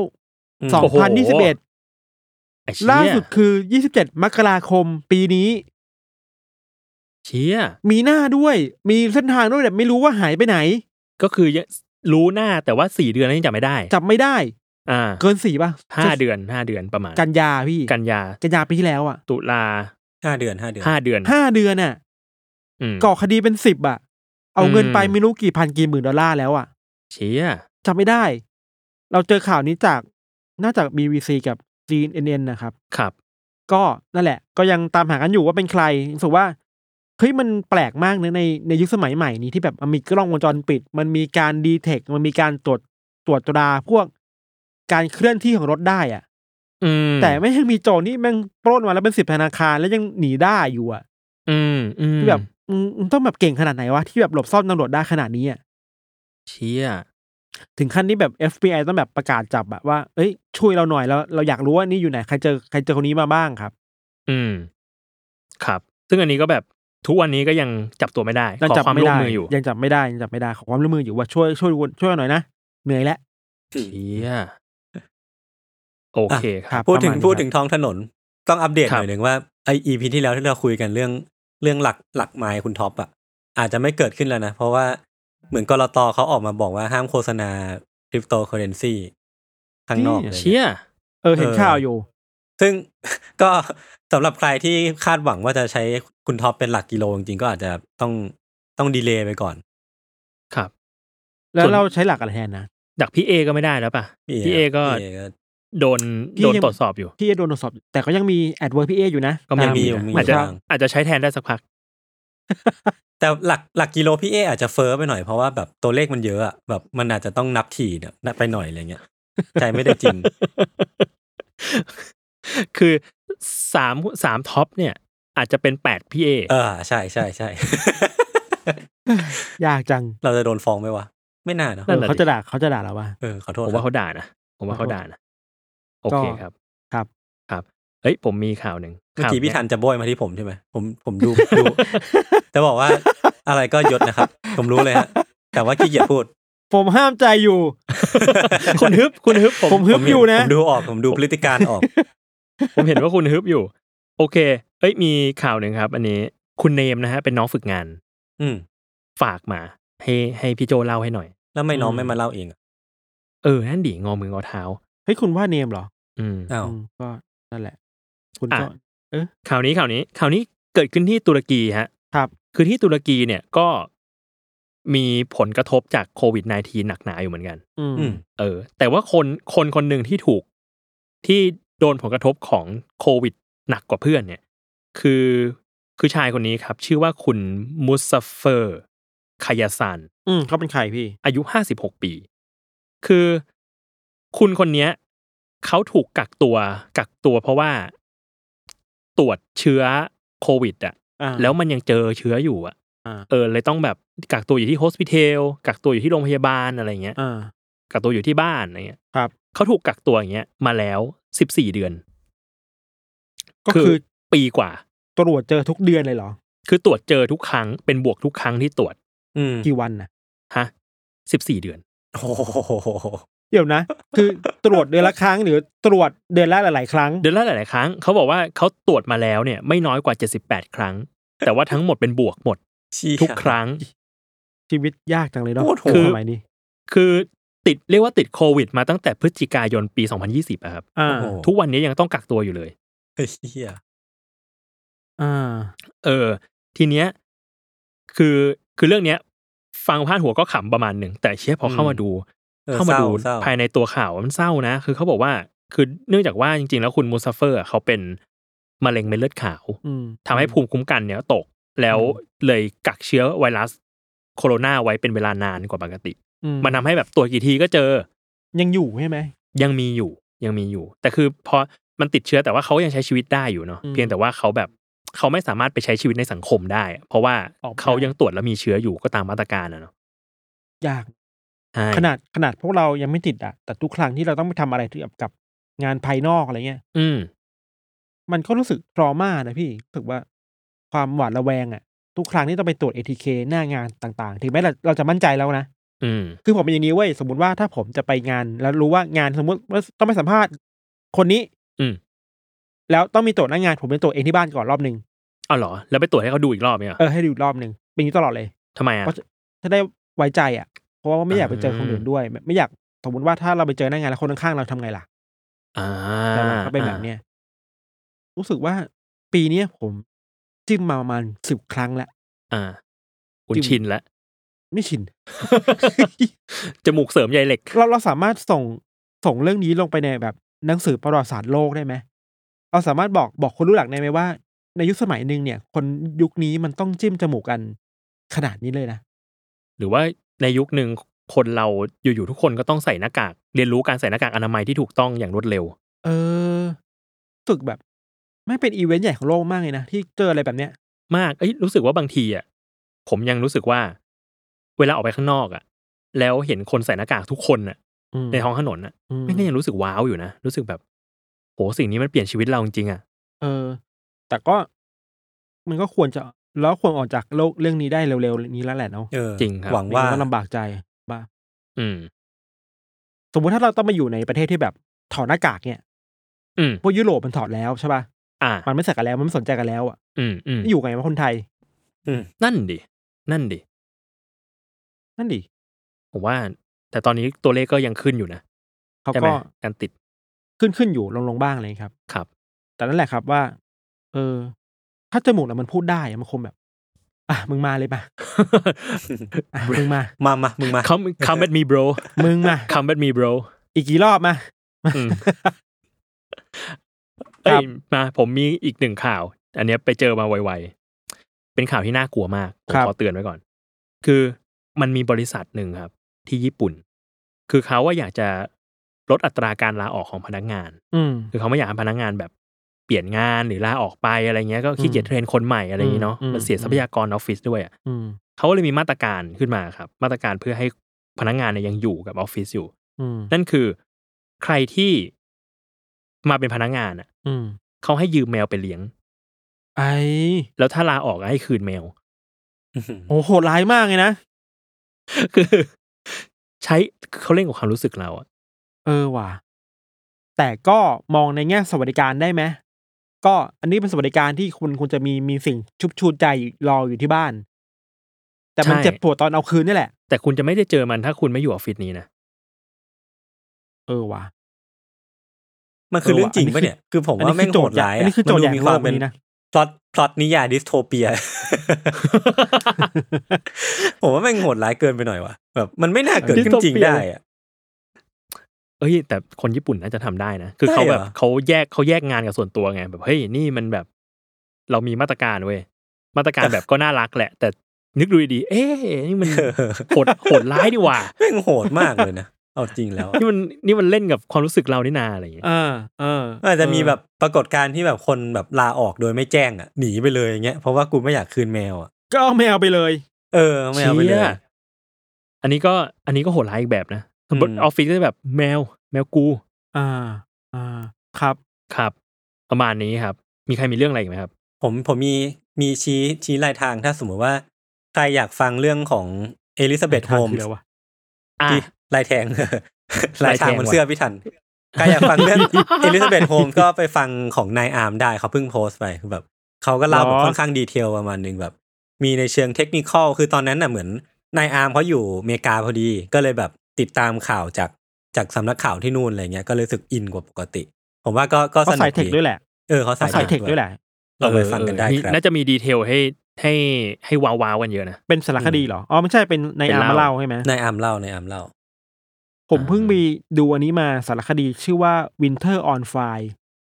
2021ล่าสุดคือ27มกราคมปีนี้เชี่ยมีหน้าด้วยมีเส้นทางด้วยแต่ไม่รู้ว่าหายไปไหนก็คือรู้หน้าแต่ว่า4เดือนยังจับไม่ได้เกิน4ป่ะ 5เดือนประมาณกันยาพี่กันยาปีที่แล้วอ่ะตุลา 5 เดือน 5 เดือนน่ะก่อคดีเป็น10อ่ะเอาเงินไปไม่รู้กี่พันกี่หมื่นดอลลาร์แล้วอ่ะเชี่ยจำไม่ได้เราเจอข่าวนี้จากน่าจะ BBC กับ CNN นะครับก็นั่นแหละก็ยังตามหากันอยู่ว่าเป็นใครรู้สึกว่าเฮ้ยมันแปลกมากนะในยุคสมัยใหม่นี้ที่แบบมันมีกล้องวงจรปิดมันมีการดีเทคมันมีการตรวจตราพวกการเคลื่อนที่ของรถได้อ่ะแต่ไม่ยังมีโจรนี่แม่งปล้นมาแล้วเป็น10ธนาคารแล้วยังหนีได้อยู่อ่ะที่แบบต้องแบบเก่งขนาดไหนวะที่แบบหลบซ่อนตำรวจได้ขนาดนี้อ่ะเชี่ยถึงขั้นนี้แบบ FBI ต้องแบบประกาศจับอะว่าเอ้ยช่วยเราหน่อยแล้วเราอยากรู้ว่านี่อยู่ไหนใครเจอคนนี้มาบ้างครับครับซึ่งอันนี้ก็แบบทุกวันนี้ก็ยังจับตัวไม่ได้ขอความร่วมมืออยู่ยังจับไม่ได้ขอความร่วมมืออยู่ว่าช่วยหน่อยนะเหนื่อยแล้วเชี่ยโอเคครับพูดถึงท้องถนนต้องอัปเดตหน่อยนึงว่าไอ EP ที่แล้วที่เราคุยกันเรื่องหลักไมล์คุณท็อปอะอาจจะไม่เกิดขึ้นแล้วนะเพราะว่าเหมือนกลต.เขาออกมาบอกว่าห้ามโฆษณาคริปโตเคอเรนซีข้างนอกเลยเชี่ยเห็นข่าวอยู่ซึ่งก็สำหรับใครที่คาดหวังว่าจะใช้คุณท็อปเป็นหลักกิโลจริงๆก็อาจจะต้องดีเลย์ไปก่อนครับแล้วเราใช้หลักอะไรแทนนะหลักพี่เอก็ไม่ได้แล้วป่ะพี่เอก็โดนตรวจสอบอยู่พี่เอโดนตรวจสอบแต่ก็ยังมีแอดเวิร์ดพี่เออยู่นะก็มีอาจจะใช้แทนได้สักพักแต่หลักกิโลพี่เออาจจะเฟ้อไปหน่อยเพราะว่าแบบตัวเลขมันเยอะอะแบบมันอาจจะต้องนับถี่เนี่ยไปหน่อยอะไรเงี้ยใจไม่ได้จริงคือ3ท็อปเนี่ยอาจจะเป็น8พี่เอใช่ยากจังเราจะโดนฟ้องไหมวะไม่น่าเนอะเขาจะด่าเราว่าขอโทษผมว่าเขาด่านะโอเคครับเฮ้ยผมมีข่าวหนึ่งเมื่อกี้พี่ทันจะโบยมาที่ผมใช่ไหมผมดูจะบอกว่าอะไรก็ยศนะครับผมรู้เลยฮะแต่ว่าขี้เกียจพูดผมห้ามใจอยู่คุณฮึบผมฮึบอยู่นะผมดูพฤติการออกผมเห็นว่าคุณฮึบอยู่โอเคเอ้ยมีข่าวหนึ่งครับอันนี้คุณเนมนะฮะเป็นน้องฝึกงานฝากมาให้พี่โจเล่าให้หน่อยแล้วไม่น้องไม่มาเล่าเองนั่นดิงอมืองอเท้าเฮ้ยคุณว่าเนมเหรออ้าวก็นั่นแหละคุณก็ข่าวนี้เกิดขึ้นที่ตุรกีฮะครับคือที่ตุรกีเนี่ยก็มีผลกระทบจากโควิด -19 หนักหนาอยู่เหมือนกันแต่ว่าคนหนึ่งที่โดนผลกระทบของโควิดหนักกว่าเพื่อนเนี่ยคือคือชายคนนี้ครับชื่อว่าคุณมุสซัฟเฟอร์คายาซันเขาเป็นใครพี่อายุ56ปีคือคุณคนนี้เขาถูกกักตัวเพราะว่าตรวจเชื้อโควิดแล้วมันยังเจอเชื้ออยู่เลยต้องแบบกักตัวอยู่ที่โฮสพิทอลกักตัวอยู่ที่โรงพยาบาลอะไรเงี้ยกักตัวอยู่ที่บ้านอะไรเงี้ยครับเขาถูกกักตัวอย่างเงี้ยมาแล้ว14เดือนก็คือปีกว่าตรวจเจอทุกเดือนเลยเหรอคือตรวจเจอทุกครั้งเป็นบวกทุกครั้งที่ตรวจกี่วันน่ะฮะ14เดือนโอ้โหเดี๋ยวนะคือตรวจเดือนละครั้งหรือตรวจเดือนละหลายๆครั้งเดือนละหลายๆครั้งเขาบอกว่าเขาตรวจมาแล้วเนี่ยไม่น้อยกว่า78ครั้งแต่ว่าทั้งหมดเป็นบวกหมดทุกครั้งชีวิตยากจังเลยเนาะคือสมัยนี้คือเรียกว่าติดโควิดมาตั้งแต่พฤศจิกายนปี2020ครับทุกวันนี้ยังต้องกักตัวอยู่เลยเหี้ยทีเนี้ยคือเรื่องเนี้ยฟังพาดหัวก็ขำประมาณหนึ่งแต่เชี่ยพอเข้ามาดูภายในตัวข่าวมันเศร้านะคือเขาบอกว่าคือเนื่องจากว่าจริงๆแล้วคุณมูซัฟเฟอร์เขาเป็นมะเร็งเม็ดเลือดขาวทำให้ภูมิคุ้มกันเนี่ยตกแล้วเลยกักเชื้อไวรัสโคโรนาไว้เป็นเวลานานกว่าปกติมันทำให้แบบตรวจกี่ทีก็เจอยังอยู่ใช่ไหมยังมีอยู่แต่คือพอมันติดเชื้อแต่ว่าเขายังใช้ชีวิตได้อยู่เนาะเพียงแต่ว่าเขาไม่สามารถไปใช้ชีวิตในสังคมได้เพราะว่าเขายังตรวจแล้วมีเชื้ออยู่ก็ตามมาตรการเนาะยากขนาดพวกเรายังไม่ติดแต่ทุกครั้งที่เราต้องไปทำอะไรที่กับงานภายนอกอะไรเงี้ยมันก็รู้สึกทรมานะพี่รู้สึกว่าความหวาดระแวงทุกครั้งที่ต้องไปตรวจ ATK หน้างานต่างๆถึงแม้เราจะมั่นใจแล้วนะคือผมเป็นอย่างนี้เว้ยสมมุติว่าถ้าผมจะไปงานแล้วรู้ว่างานสมมุติว่าต้องไปสัมภาษณ์คนนี้แล้วต้องมีตรวจหน้างานผมไปตรวจเองที่บ้านก่อนรอบนึงอ้าวเหรอแล้วไปตรวจให้เขาดูอีกรอบมั้ยให้ดูอีกรอบนึงเป็นอย่างนี้ตลอดเลยทำไมเพราะจะได้ไว้ใจเพราะว่าไม่อยากไปเจอคนอื่นด้วยไม่อยากสมมุติว่าถ้าเราไปเจอหน้างานแล้วคนข้างๆเราทำไงล่ะแต่มันก็เป็นแบบเนี้ยรู้สึกว่าปีนี้ผมจิ้มมาประมาณ10ครั้งแล้วคุณชินแล้วไม่ชินจมูกเสริมใยเหล็กเราสามารถส่งเรื่องนี้ลงไปในแบบหนังสือประวัติศาสตร์โลกได้ไหมเราสามารถบอกคนรู้หลักได้ไหมว่าในยุคสมัยนึงเนี่ยคนยุคนี้มันต้องจิ้มจมูกกันขนาดนี้เลยนะหรือว่าในยุคนึงคนเราอยู่ๆทุกคนก็ต้องใส่หน้ากากเรียนรู้การใส่หน้ากากอนามัยที่ถูกต้องอย่างรวดเร็วฝึกแบบไม่เป็นอีเวนต์ใหญ่ของโลกมากเลยนะที่เจออะไรแบบเนี้ยมากรู้สึกว่าบางทีผมยังรู้สึกว่าเวลาออกไปข้างนอกแล้วเห็นคนใส่หน้ากากทุกคนในท้องถนนไม่ก็ยังรู้สึกว้าวอยู่นะรู้สึกแบบโหสิ่งนี้มันเปลี่ยนชีวิตเราจริงๆแต่ก็มันก็ควรจะแล้วควรออกจากโลกเรื่องนี้ได้เร็วๆนี้แล้วแหละเนาะจริงครับหวังว่าลำบากใจบ้าสมมุติถ้าเราต้องมาอยู่ในประเทศที่แบบถอดหน้ากากเนี่ยพวกยุโรปมันถอดแล้วใช่ป่ะมันไม่ใส่กันแล้วมันไม่สนใจกันแล้วอยู่ไงวะคนไทยนั่นดินั่นดิผมว่าแต่ตอนนี้ตัวเลขก็ยังขึ้นอยู่นะเขาก็การติดขึ้นอยู่ลงบ้างเลยครับครับแต่นั่นแหละครับว่าถ้าจมูกมันพูดได้มันคงแบบมึงมาเลยป่ะมึงมามึงมา come at me bro มึงมา come at me bro อีกกี่รอบมามาผมมีอีกหนึ่งข่าวอันนี้ไปเจอมาไวๆเป็นข่าวที่น่ากลัวมากผมขอเตือนไว้ก่อนคือมันมีบริษัทหนึ่งครับที่ญี่ปุ่นคือเขาว่าอยากจะลดอัตราการลาออกของพนักงานคือเขาไม่อยากให้พนักงานแบบเปลี่ยนงานหรือลาออกไปอะไรเงี้ยก็ขี้เกียจเทรนคนใหม่อะไรอย่างนี้เนาะมันเสียทรัพยากรออฟฟิศด้วยเขาก็เลยมีมาตรการขึ้นมาครับมาตรการเพื่อให้พนักงานเนี่ยยังอยู่กับออฟฟิศอยู่นั่นคือใครที่มาเป็นพนักงานเขาให้ยืมแมวไปเลี้ยงแล้วถ้าลาออกให้คืนแมวโอ้โหร้ายมากเลยนะคือใช้เขาเล่นกับความรู้สึกเราว่ะแต่ก็มองในแง่สวัสดิการได้ไหมก็อันนี้เป็นสวัสดิการที่คุณจะมีสิ่งชุบชูใจรออยู่ที่บ้านแต่มันเจ็บปวดตอนเอาคืนนี่แหละแต่คุณจะไม่ได้เจอมันถ้าคุณไม่อยู่ออฟฟิศนี้นะว่ะมันคือเรื่องจริงป่ะเนี่ยคือผมว่าแม่งโหดร้ายอันนี้คือโจทย์อย่างมีความเป็นนะพล็อตนิยายดิสโทเปีย ผมว่าแม่งโหดร้ายเกินไปหน่อยว่ะแบบมันไม่น่าเกิดขึ้นจริงได้แต่คนญี่ปุ่นน่าจะทำได้นะคือเขาแบบเขาแยกงานกับส่วนตัวไงแบบเฮ้ยนี่มันแบบเรามีมาตรการเว้ยมาตรการแบบก็น่ารักแหละแต่นึกดูดีๆนี่มันโหดร้ายดีกว่าแม่งโหดมากเลยนะเอาจริงแล้วนี่มันเล่นกับความรู้สึกเรานี่นาอะไรอย่างเงี้ยอาจจะมีแบบปรากฏการณ์ที่แบบคนแบบลาออกโดยไม่แจ้งอ่ะหนีไปเลยอย่างเงี้ยเพราะว่ากูไม่อยากคืนแมวอ่ะก็เอาแมวไปเลยไม่เอาไปเลยอันนี้ก็โหดร้ายอีกแบบนะสมมติออฟฟิศก็แบบแมวกูครับประมาณนี้ครับมีใครมีเรื่องอะไรอีกไหมครับผมมีชี้รายทางถ้าสมมติว่าใครอยากฟังเรื่องของเอลิซาเบธโฮมส์ที่ลายแทงลายทางบนเสื้อพี่ทันใครอยากฟังเรื่องเอลิซาเบธโฮมส์ก็ไปฟังของนายอาร์มได้เขาเพิ่งโพสต์ไปคือแบบเขาก็เล่าแบบค่อนข้างดีเทลประมาณนึงแบบมีในเชิงเทคนิคอลคือตอนนั้นน่ะเหมือนนายอาร์มเขาอยู่อเมริกาพอดีก็เลยแบบติดตามข่าวจากสำนักข่าวที่นู่นอะไรเงี้ยก็เลยรู้สึกอินกว่าปกติผมว่าก็สนุกดีเขาใส่เทคด้วยแหละเขาใส่เทคด้วยแหละลองไปฟังกันได้ครับน่าจะมีดีเทลให้ว้าวๆกันเยอะนะเป็นสารคดีเหรออ๋อไม่ใช่เป็นนายอาร์มมาเล่าใช่ไหมนายอาร์มเล่าผมเพิ่งมีดูอันนี้มาสารคดีชื่อว่า Winter on Fire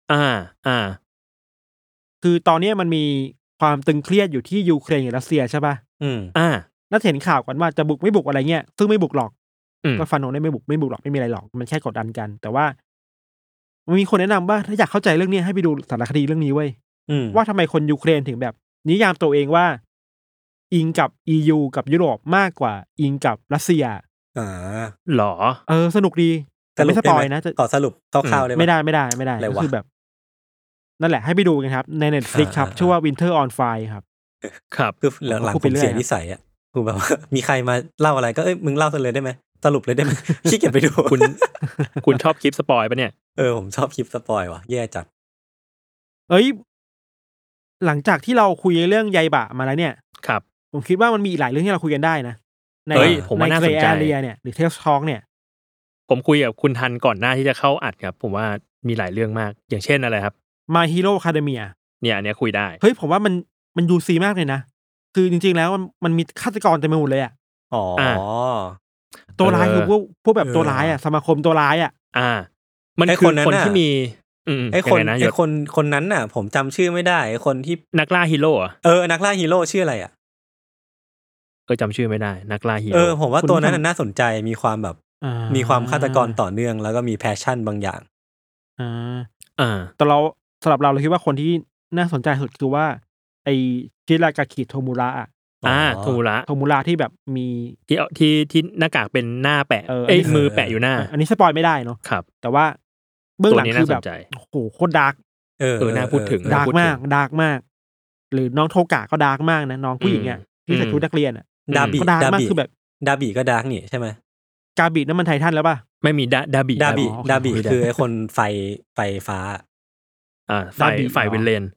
คือตอนนี้มันมีความตึงเครียดอยู่ที่ยูเครนกับรัสเซียใช่ป่ะน่าเห็นข่าวกันว่าจะบุกไม่บุกอะไรเงี้ยซึ่งไม่บุกหรอกก็ฟันโนได้ไม่บุกหรอกไม่มีอะไรหรอกมันแค่กดดันกันแต่ว่ามันมีคนแนะนำว่าถ้าอยากเข้าใจเรื่องนี้ให้ไปดูสารคดีเรื่องนี้เว้ยว่าทำไมคนยูเครนถึงแบบนิยามตัวเองว่าอิงกับ EU กับยุโรปมากกว่าอิงกับรัสเซียหรอสนุกดีแต่ไม่สปอยนะขอสรุปคร่าวๆได้ไม่ได้ก็คือแบบนั่นแหละให้ไปดูกันครับใน Netflix ครับชื่อว่า Winter on Fire ครับคือหลังๆผมเสียนิสัยอ่ะคือแบบมีใครมาเล่าอะไรก็มึงเล่าซะเลยได้ไหมสรุปเลยได้ไหมขี้เกียจไปดูคุณชอบคลิปสปอยป่ะเนี่ยผมชอบคลิปสปอยว่ะแย่จัดหลังจากที่เราคุยเรื่องใยบะมาแล้วเนี่ยครับผมคิดว่ามันมีอีกหลายเรื่องที่เราคุยกันได้นะผมว่าน่าสนใจเนี่ยหรือ Tales Talk เนี่ยผมคุยกับคุณทันก่อนหน้าที่จะเข้าอัดครับผมว่ามีหลายเรื่องมากอย่างเช่นอะไรครับ My Hero Academia เนี่ยอันเนี้ยคุยได้เฮ้ยผมว่ามันยูซีมากเลยนะคือจริงๆแล้วมันมีฆาตกรเต็มไปหมดเลยอ่ะตัวร้ายคือพวกแบบตัวร้ายอ่ะสมาคมตัวร้ายอ่ะมันคือคนที่มีไอ้คนนั้นน่ะผมจำชื่อไม่ได้ไอ้คนที่นักล่าฮีโร่นักล่าฮีโร่ชื่ออะไรอ่ะจำชื่อไม่ได้นักล่าฮีโร่ผมว่าตัวนั้นน่าสนใจมีความแบบมีความฆาตกรต่อเนื่องแล้วก็มีแพชชั่นบางอย่างแต่สำหรับเราคิดว่าคนที่น่าสนใจสุดคือว่าไอ้จิรากาคิโทมุระโทมุระที่แบบมีที่หน้ากากเป็นหน้าแปะมือแปะอยู่หน้าอันนี้สปอยไม่ได้เนาะครับแต่ว่าเบื้องหลังคือแบบโอ้โหโคตรดาร์กน่าพูดถึงดาร์กมากหรือน้องโทกะก็ดาร์กมากนะน้องผู้หญิงอ่ะที่ใส่ชุดนักเรียนอ่ะดาบิก็ดาร์กมากคือแบบดาบิก็ดาร์กนี่ใช่ไหมกาบินั่นมันไททันแล้วป่ะไม่มีดาบิคือไอ้คนไฟฟ้าไฟวิลเลน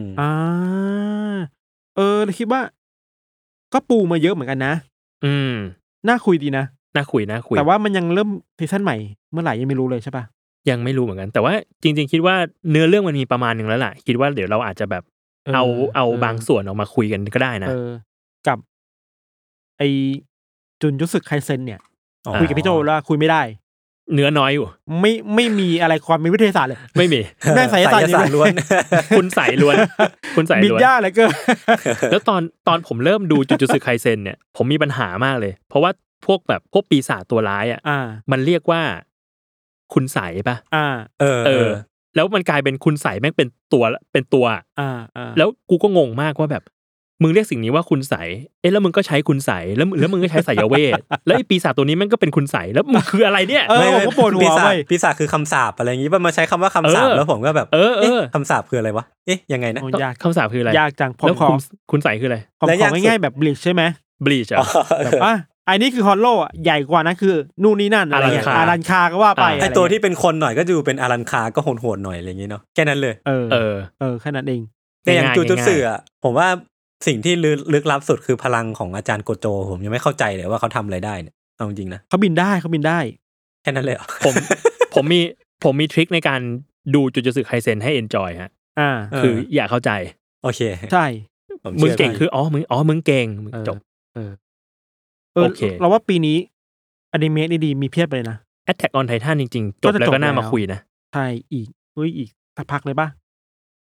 คิดว่าก็ปูมาเยอะเหมือนกันนะน่าคุยดีนะน่าคุยแต่ว่ามันยังเริ่มซีซั่นใหม่เมื่อไหร่ยังไม่รู้เลยใช่ป่ะยังไม่รู้เหมือนกันแต่ว่าจริงๆคิดว่าเนื้อเรื่องมันมีประมาณนึงแล้วล่ะคิดว่าเดี๋ยวเราอาจจะแบบเอาบางส่วนออกมาคุยกันก็ได้นะกับไอจุนยุสึไคเซ็นเนี่ยคุยกับพี่โจแล้วคุยไม่ได้เนื้อน้อยอยู่ไม่มีอะไรความมีวิทยาศาสตร์เลยไม่มีได้ไสยศาสตร์ล้วนคุณใส่ล้วนบิดย่าอะไรก็แล้วตอนผมเริ่มดูจุสึไคเซ็นเนี่ยผมมีปัญหามากเลยเพราะว่าพวกปีศาจตัวร้ายมันเรียกว่าคุณใสป่ะแล้วมันกลายเป็นคุณใสแม่งเป็นตัวแล้วกูก็งงมากว่าแบบมึงเรียกสิ่งนี้ว่าคุณใสแล้วมึงก็ใช้คุณใสแล้วมึงก็ใช้ไสยเวทแล้วไอ้ปีศาจตัวนี้มันก็เป็นคุณใสแล้วมึงคืออะไรเนี่ยผมก็ปวดหัวไปปีศาจคือคำสาปอะไรอย่างงี้มาใช้คำว่าคำสาปแล้วผมก็แบบคำสาปคืออะไรวะยังไงนะคำสาปคืออะไรยากจังแล้วคุณใสคืออะไรแล้วง่ายๆแบบบลีชใช่ไหมบลีชแบบว่าไอ้นี่คือฮอลโลใหญ่กว่านั้นคือนู่นนี่นั่นอะไรอย่างเงี้ยอารันคาก็ว่าไปไอ้ตัวที่เป็นคนหน่อยก็ดูเป็นอารันคาก็โหดๆหน่อยอะไรอย่างงี้เนาะแค่นั้นเลยแค่นั้นเองแต่อย่างจูจุสึอ่ะผมว่าสิ่งที่ลึกลับสุดคือพลังของอาจารย์โกโจผมยังไม่เข้าใจเลยว่าเขาทำอะไรได้เนี่ยเอาจริงนะเขาบินได้แค่นั้นเลยผมมีทริคในการดูจูจุสึไคเซ็นให้เอนจอยฮะคืออย่าเข้าใจโอเคใช่มึงเก่งคือมึงเก่งจบโอเคเราว่าปีนี้อนิเมะดีๆมีเพียบเลยนะ Attack on Titan จริงๆจบแล้วก็น่ามาคุยนะใช่อีกสักพักเลยป่ะ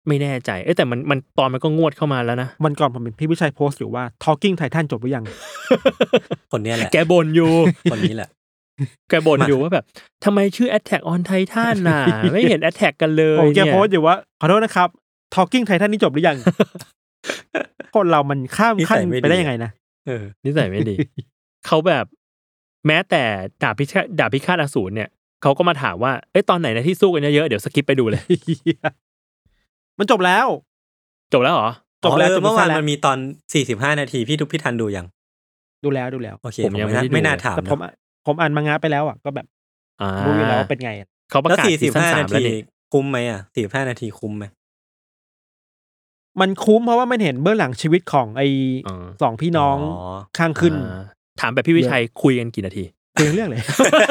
ไม่แน่ใจแต่มันตอนมันก็งวดเข้ามาแล้วนะวันก่อนผมเห็นพี่วิชัยโพสต์อยู่ว่า Talking Titan จบหรือยังคนนี้แหละแกบ่นอยู่คนนี้แหละแกบ่นอยู่ว่าแบบทำไมชื่อ Attack on Titan น่ะ ไม่เห็น Attack กันเลยเนี่ยแกโพสต์อยู่ว่าขอโทษนะครับ Talking Titan นี่จบหรือยัง คนเรามันข้ามขั้นไปได้ยังไงนะนิสัยไม่ดี เขาแบบแม้แต่ดาบพิฆาตอสูรเนี่ยเขาก็มาถามว่าตอนไหนนะที่สู้กันเยอะๆเดี๋ยวสกิปไปดูเลยมันจบแล้วเหรอจบแล้วเมื่อวานมันมีตอน45นาทีพี่ทันดูยังดูแล้วโอเคผมยังไม่น่าถามแต่ผมอ่านมังงะไปแล้วอ่ะก็แบบรู้อยู่แล้วเป็นไงเขาประกาศ 45นาทีคุ้มมั้ยอ่ะ45นาทีคุ้มมั้ยมันคุ้มเพราะว่ามันเห็นเบื้องหลังชีวิตของไอ้2พี่น้องข้างขึ้นถามแบบพี่วิชัยคุยกันกี่นาทีคุยเรื่องเลย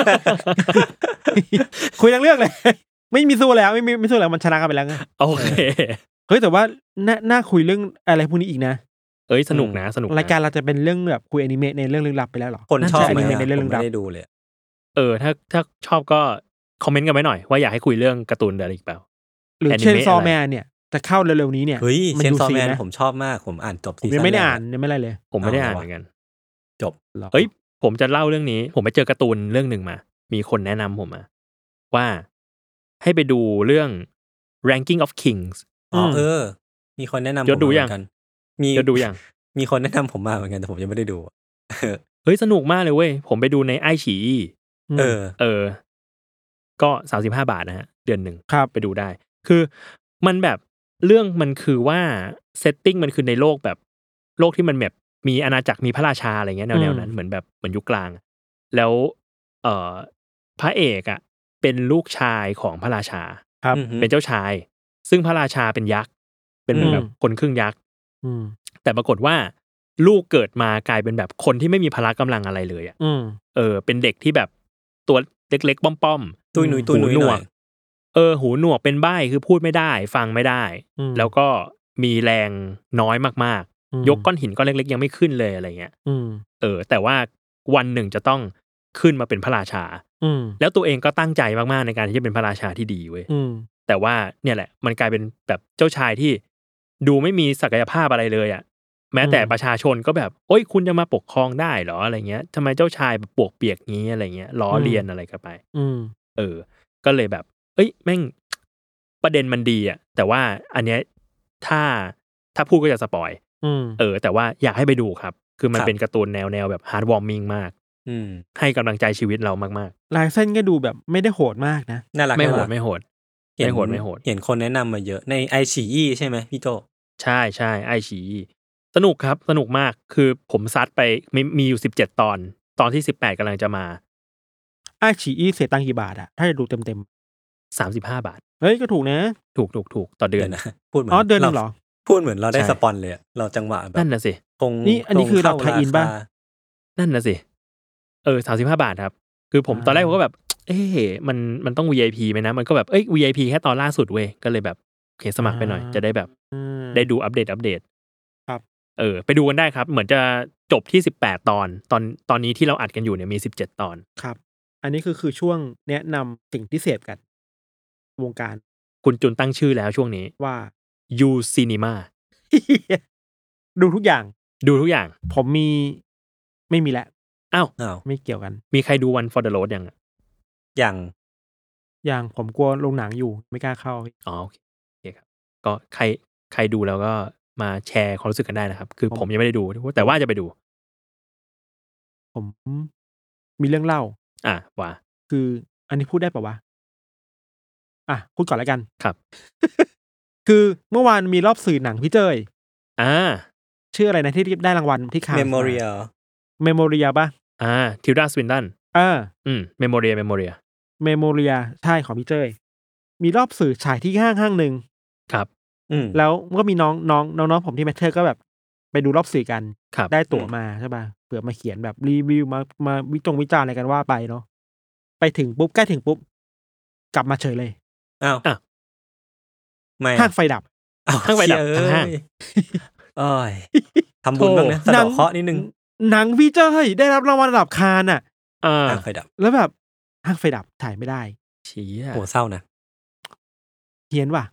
คุยเรื่องเลยไม่มีสู้แล้วไม่สู้แล้วมันชนะกันไปแล้วไงโอเคเฮ้ยแต่ว่าน่าคุยเรื่องอะไรพวกนี้อีกนะสนุกนะรายการเราจะเป็นเรื่องแบบคุยอนิเมะในเรื่องลึกลับไปแล้วหรอคนชอบอนิเมะในเรื่องลึกลับไม่ได้ดูเลยถ้าชอบก็คอมเมนต์กันไว้หน่อยว่าอยากให้คุยเรื่องการ์ตูนอะไรอีกเปล่าหรือเชนซอแมนเนี่ยจะเข้าเร็วๆนี้เนี่ยเชนซอแมนผมชอบมากผมอ่านจบซีซั่นไม่ได้อ่านไม่อะไรเลยผมไม่ได้อ่านเหมือนกันจบผมจะเล่าเรื่องนี้ผมไปเจอการ์ตูนเรื่องหนึ่งมามีคนแนะนำผมมาว่าให้ไปดูเรื่อง Ranking of Kings มีคนแนะนำผมดูยังจะดูยังมีคนแนะนำผมมาเหมือนกันแต่ผมยังไม่ได้ดูสนุกมากเลยเว้ยผมไปดูในไอฉีก็35 บาทนะฮะเดือนหนึ่งไปดูได้คือมันแบบเรื่องมันคือว่าเซตติ้งมันคือในโลกแบบโลกที่มันแบบมีอาณาจักรมีพระราชาอะไรเงี้ยแนวนั้นเหมือนยุคกลางแล้วพระเอกอ่ะเป็นลูกชายของพระราชาเป็นเจ้าชายซึ่งพระราชาเป็นยักษ์เป็นแบบคนครึ่งยักษ์แต่ปรากฏว่าลูกเกิดมากลายเป็นแบบคนที่ไม่มีพละกำลังอะไรเลยอ่ะเป็นเด็กที่แบบตัวเล็กๆป้อมๆตุ้ยหนุ่ยหน่อยหูหนวกเป็นใบ้คือพูดไม่ได้ฟังไม่ได้แล้วก็มีแรงน้อยมากๆยกก้อนหินก้อนเล็กๆยังไม่ขึ้นเลยอะไรเงี้ยแต่ว่าวันหนึ่งจะต้องขึ้นมาเป็นพระราชาแล้วตัวเองก็ตั้งใจมากๆในการที่จะเป็นพระราชาที่ดีเว้ยแต่ว่าเนี่ยแหละมันกลายเป็นแบบเจ้าชายที่ดูไม่มีศักยภาพอะไรเลยอ่ะแม้แต่ประชาชนก็แบบโอ๊ยคุณจะมาปกครองได้เหรออะไรเงี้ยทำไมเจ้าชายแบบปวกเปียกงี้อะไรเงี้ยล้อเลียนอะไรกันไปก็เลยแบบแม่งประเด็นมันดีอ่ะแต่ว่าอันเนี้ยถ้าพูดก็จะสปอยแต่ว่าอยากให้ไปดูครับคือมันเป็นการ์ตูนแนวแบบฮาร์ดวอร์มิ่งมากให้กำลังใจชีวิตเรามากๆลายเส้นก็ดูแบบไม่ได้โหดมากนะน่ารักไม่โหดเห็นคนแนะนำมาเยอะในไอฉี่ใช่ไหมพี่โจใช่ไอฉี่สนุกครับสนุกมากคือผมซัดไปมีอยู่17 ตอนที่18กำลังจะมาไอฉี่เสียตังค์กี่บาทอะถ้าจะดูเต็ม 35 บาทเฮ้ยก็ถูกนะถูกต่อเดือนนะพูดเหมือนเดือนนึงเหรอพูดเหมือนเราได้สปอนเลยเราจังหวะแบบนั่นน่ะสินี่อันนี้คือเราไทยอินป่ะนั่นน่ะสิ35 บาทครับคือผมตอนแรกผมก็แบบมันต้อง VIP มั้ยนะมันก็แบบ VIP แค่ตอนล่าสุดเว้ยก็เลยแบบโอเคสมัครไปหน่อยจะได้แบบได้ดูอัปเดตครับไปดูกันได้ครับเหมือนจะจบที่18 ตอนนี้ที่เราอัดกันอยู่เนี่ยมี17 ตอนครับอันนี้คือช่วงแนะนำสิ่งที่เสพกันวงการคุณจุนตั้งชื่อแล้วช่วงนี้ว่า You Cinema ดูทุกอย่างผมไม่มีแล้วอ้าวไม่เกี่ยวกันมีใครดู One for the Road ยังยังผมกลัวโรงหนังอยู่ไม่กล้าเข้าโอเคครับก็ใครดูแล้วก็มาแชร์ความรู้สึกกันได้นะครับคือผมยังไม่ได้ดูแต่ว่าจะไปดูผมมีเรื่องเล่าว่าคืออันนี้พูดได้ป่าววะพูดก่อนแล้วกันครับคือเมื่อวานมีรอบสื่อหนังพี่เจ้ยชื่ออะไรนะที่ได้รางวัลที่คานส์ Memoria ป่ะทิลดาสวินตันMemoria ใช่ของพี่เจ้ยมีรอบสื่อฉายที่ห้างนึงครับแล้วก็มีน้องผมที่แมทเทอร์ก็แบบไปดูรอบสื่อกันได้ตั๋วมาใช่ป่ะเผื่อมาเขียนแบบรีวิวมาวิจารณ์อะไรกันว่าไปเนาะไปถึงปุ๊บใกล้ถึงปุ๊บกลับมาเฉยเลยไม่ห้างไฟดับห้างไฟดับทั้งห้างทำบุญบ้างนะสะดอกเคราะห์นิดนึงหนังพี่เจ้ยได้รับรางวัลระดับคานอ่ะห้างไฟดับแล้วแบบห้างไฟดับถ่ายไม่ได้เชี่ยโหเศร้านะเฮี้ยนว่ะ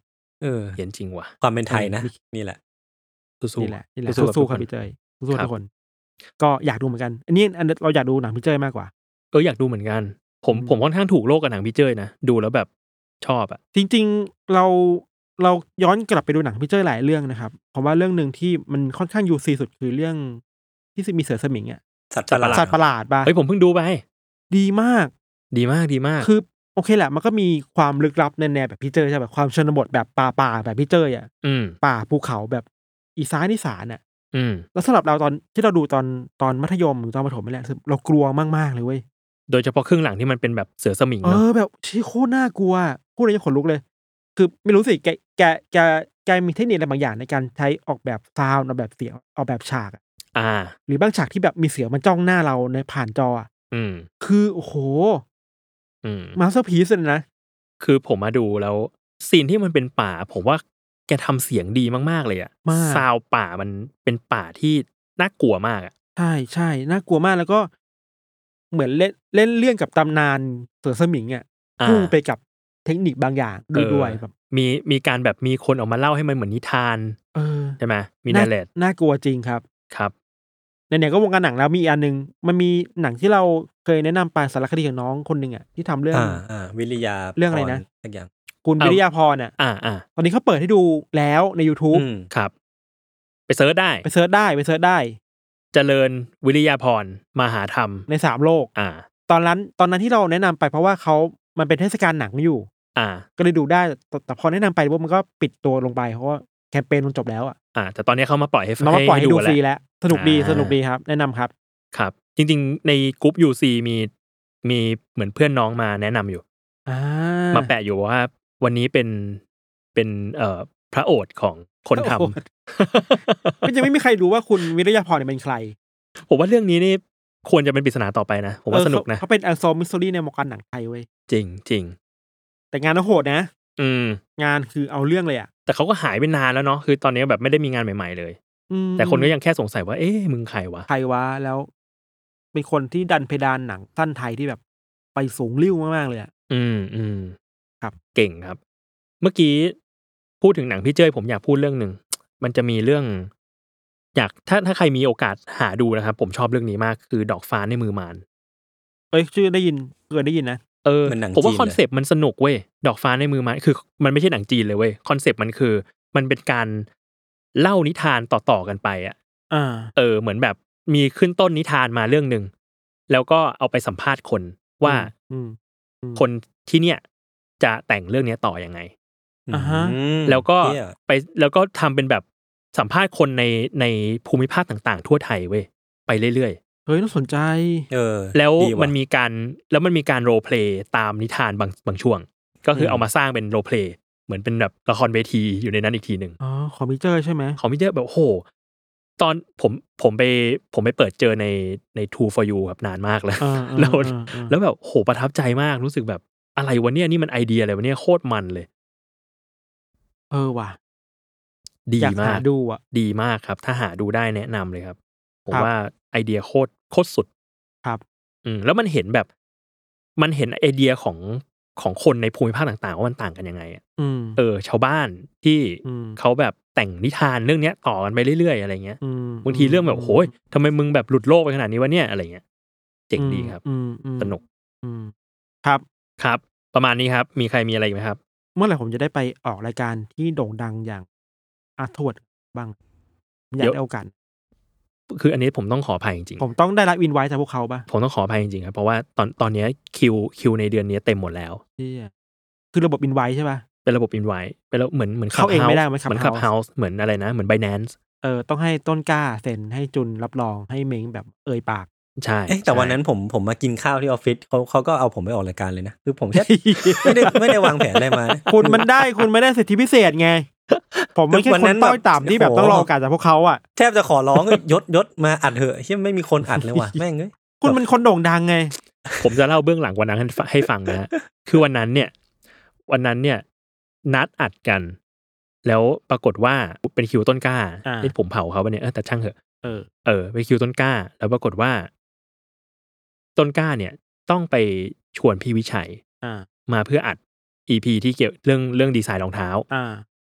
เห็นจริงว่ะความเป็นไทยนะนี่แหละสู้นี่แหละสู้ครับพี่เจยสู้ทุกคนก็อยากดูเหมือนกันอันนี้เราอยากดูหนังพี่เจยมากกว่าอยากดูเหมือนกันผมค่อนข้างถูกโลกกับหนังพี่เจยนะดูแล้วแบบชอบอ่ะจริงๆเราย้อนกลับไปดูหนังพี่เจยหลายเรื่องนะครับผมว่าเรื่องนึงที่มันค่อนข้างยูซีสุดคือเรื่องที่มีเสือสมิงอ่ะสัตว์ประหลาดป่ะผมเพิ่งดูไปดีมากคือโอเคแหละมันก็มีความลึกลับแนวแบบพี่เจยใช่แบบความชนบทแบบป่าแบบพี่เจยอ่ะป่าภูเขาแบบอีสานอ่ะแล้วสำหรับเราตอนที่เราดูตอนมัธยมหรือตอนประถมนี่แหละเรากลัวมากๆเลยเว้ยโดยเฉพาะครึ่งหลังที่มันเป็นแบบเสือสมิงเนาะแบบที่โคตรน่ากลัวพูดแล้วยังขนลุกเลยคือไม่รู้สิแกมีเทคนิคอะไรบางอย่างในการใช้ออกแบบซาวด์ออกแบบเสียงออกแบบฉากหรือบางฉากที่แบบมีเสือมันจ้องหน้าเราในผ่านจอคือโอ้โหมาสเตอร์พีซเลยนะคือผมมาดูแล้วซีนที่มันเป็นป่าผมว่าแกทำเสียงดีมากๆเลยอ่ะซาวป่ามันเป็นป่าที่น่ากลัวมากอ่ะใช่น่ากลัวมากแล้วก็เหมือนเล่นเรื่องกับตำนานเสือสมิงอ่ะคู่ไปกับเทคนิคบางอย่างด้วยแบบมีการแบบมีคนออกมาเล่าให้มันเหมือนนิทานใช่ไหมมีนาเรตน่ากลัวจริงครับเนี่ยก็วงการหนังแล้วมีอันนึงมันมีหนังที่เราเคยแนะนำไปสารคดีของน้องคนนึงอ่ะที่ทำเรื่องวิริยาเรื่องอะไรนะสักอย่างคุณวิริยาพรอ่ะตอนนี้เขาเปิดให้ดูแล้วใน YouTube ครับไปเสิร์ชได้เจริญวิริยาพรมหาธรรมใน3โลกตอนนั้นที่เราแนะนำไปเพราะว่ามันเป็นเทศกาลหนังอยู่ก็เลยดูได้แต่พอแนะนำไปว่ามันก็ปิดตัวลงไปเพราะว่าแคมเปญมันจบแล้วแต่ตอนนี้เขามาปล่อยให้ดูฟรีแล้วสนุกดีครับแนะนำครับจริงๆในกลุ่ม UC มีเหมือนเพื่อนน้องมาแนะนำอยู่มาแปะอยู่ว่าวันนี้เป็นพระโอษฐ์ของคนทำก็ยังไม่มีใครรู้ว่าคุณวิริยาพรเป็นใครผมว่าเรื่องนี้นี่ควรจะเป็นปริศนาต่อไปนะผมว่าสนุกนะเขาเป็นอัลซอมมิสซูรี่ในวงการหนังไทยเว้ยจริงแต่งานโหดนะงานคือเอาเรื่องเลยอ่ะแต่เขาก็หายไปนานแล้วเนาะคือตอนนี้แบบไม่ได้มีงานใหม่ๆเลยแต่คนก็ยังแค่สงสัยว่ามึงใครวะแล้วเป็นคนที่ดันเพดานหนังสั้นไทยที่แบบไปสูงลิ่วมากๆเลยอ่ะครับเก่งครับเมื่อกี้พูดถึงหนังพี่เจ้ยผมอยากพูดเรื่องนึงมันจะมีเรื่องอยากถ้าใครมีโอกาสหาดูนะครับผมชอบเรื่องนี้มากคือดอกฟ้าในมือมารชื่อได้ยินนะผมว่าคอนเซปต์มันสนุกเว้ยดอกฟ้าในมือมารคือมันไม่ใช่หนังจีนเลยเว้ยคอนเซปต์มันคือมันเป็นการเล่านิทานต่อกันไปอ่ะเหมือนแบบมีขึ้นต้นนิทานมาเรื่องนึงแล้วก็เอาไปสัมภาษณ์คนว่าคนที่เนี่ยจะแต่งเรื่องนี้ต่อยังไงแล้วก็ทำเป็นแบบสัมภาษณ์คนในภูมิภาคต่างๆทั่วไทยเว้ยไปเรื่อยๆเฮ้ยน่าสนใจแล้วมันมีการโรลเพลย์ตามนิทานบางช่วงก็คือเอามาสร้างเป็นโรลเพลย์เหมือนเป็นแบบละครเวทีอยู่ในนั้นอีกทีนึงคอมพิวเตอร์ใช่ไหมคอมพิวเตอร์แบบโหตอนผมไปเปิดเจอใน True for You แบบนานมากแล้วแล้วแบบโหประทับใจมากรู้สึกแบบอะไรวะเนี่ยนี่มันไอเดียอะไรวะเนี่ยโคตรมันเลยว่ะดีมากดูอ่ะดีมากครับถ้าหาดูได้แนะนำเลยครับผมว่าไอเดียโคตรสุดครับแล้วมันเห็นไอเดียของคนในภูมิภาคต่างๆว่ามันต่างกันยังไงชาวบ้านที่เขาแบบแต่งนิทานเรื่องนี้ต่อกันไปเรื่อยๆอะไรเงี้ยบางทีเรื่องแบบโอ้ยทำไมมึงแบบหลุดโลกไปขนาดนี้วะเนี่ยอะไรเงี้ยเจ๋งดีครับสนุกครับประมาณนี้ครับมีใครมีอะไรอีกไหมครับเมื่อไหร่ผมจะได้ไปออกรายการที่โด่งดังอย่างอาทวดบ้างอยากได้โอกาสคืออันนี้ผมต้องขออภัยจริงๆผมต้องได้รับอินไวท์จากพวกเขาป่ะผมต้องขออภัยจริงๆครับเพราะว่าตอนนี้คิวในเดือนนี้เต็มหมดแล้วคือระบบอินไวท์ใช่ป่ะเป็นระบบอินไวท์เป็นเหมือนเข้าเองไม่ได้เหมือนClubhouseเหมือนอะไรนะเหมือน Binance ต้องให้ต้นกล้าเซ็นให้จุนรับรองให้เม้งแบบปากใช่แต่วันนั้นผมมากินข้าวที่ออฟฟิศเขาก็เอาผมไปออกรายการเลยนะคือผมแค่ไม่ได้วางแผนอะไรมาคุณมันได้คุณไม่ได้สิทธิพิเศษไงผมไม่แค่คนต้อยต่ำที่แบบต้องรอโอกาสจากพวกเขาอ่ะแทบจะขอร้องยศมาอัดเถอะที่ไม่มีคนอัดเลยว่ะแม่งเอ้ยคุณเป็นคนโด่งดังไงผมจะเล่าเบื้องหลังวันนั้นให้ฟังนะคือวันนั้นเนี่ยนัดอัดกันแล้วปรากฏว่าเป็นคิวต้นกล้าที่ผมเผาเขาไปเนี่ยแต่ช่างเถอะไปคิวต้นกล้าแล้วปรากฏว่าต้นกล้าเนี่ยต้องไปชวนพี่วิชัยมาเพื่ออัด EP ที่เกี่ยวเรื่องดีไซน์รองเท้า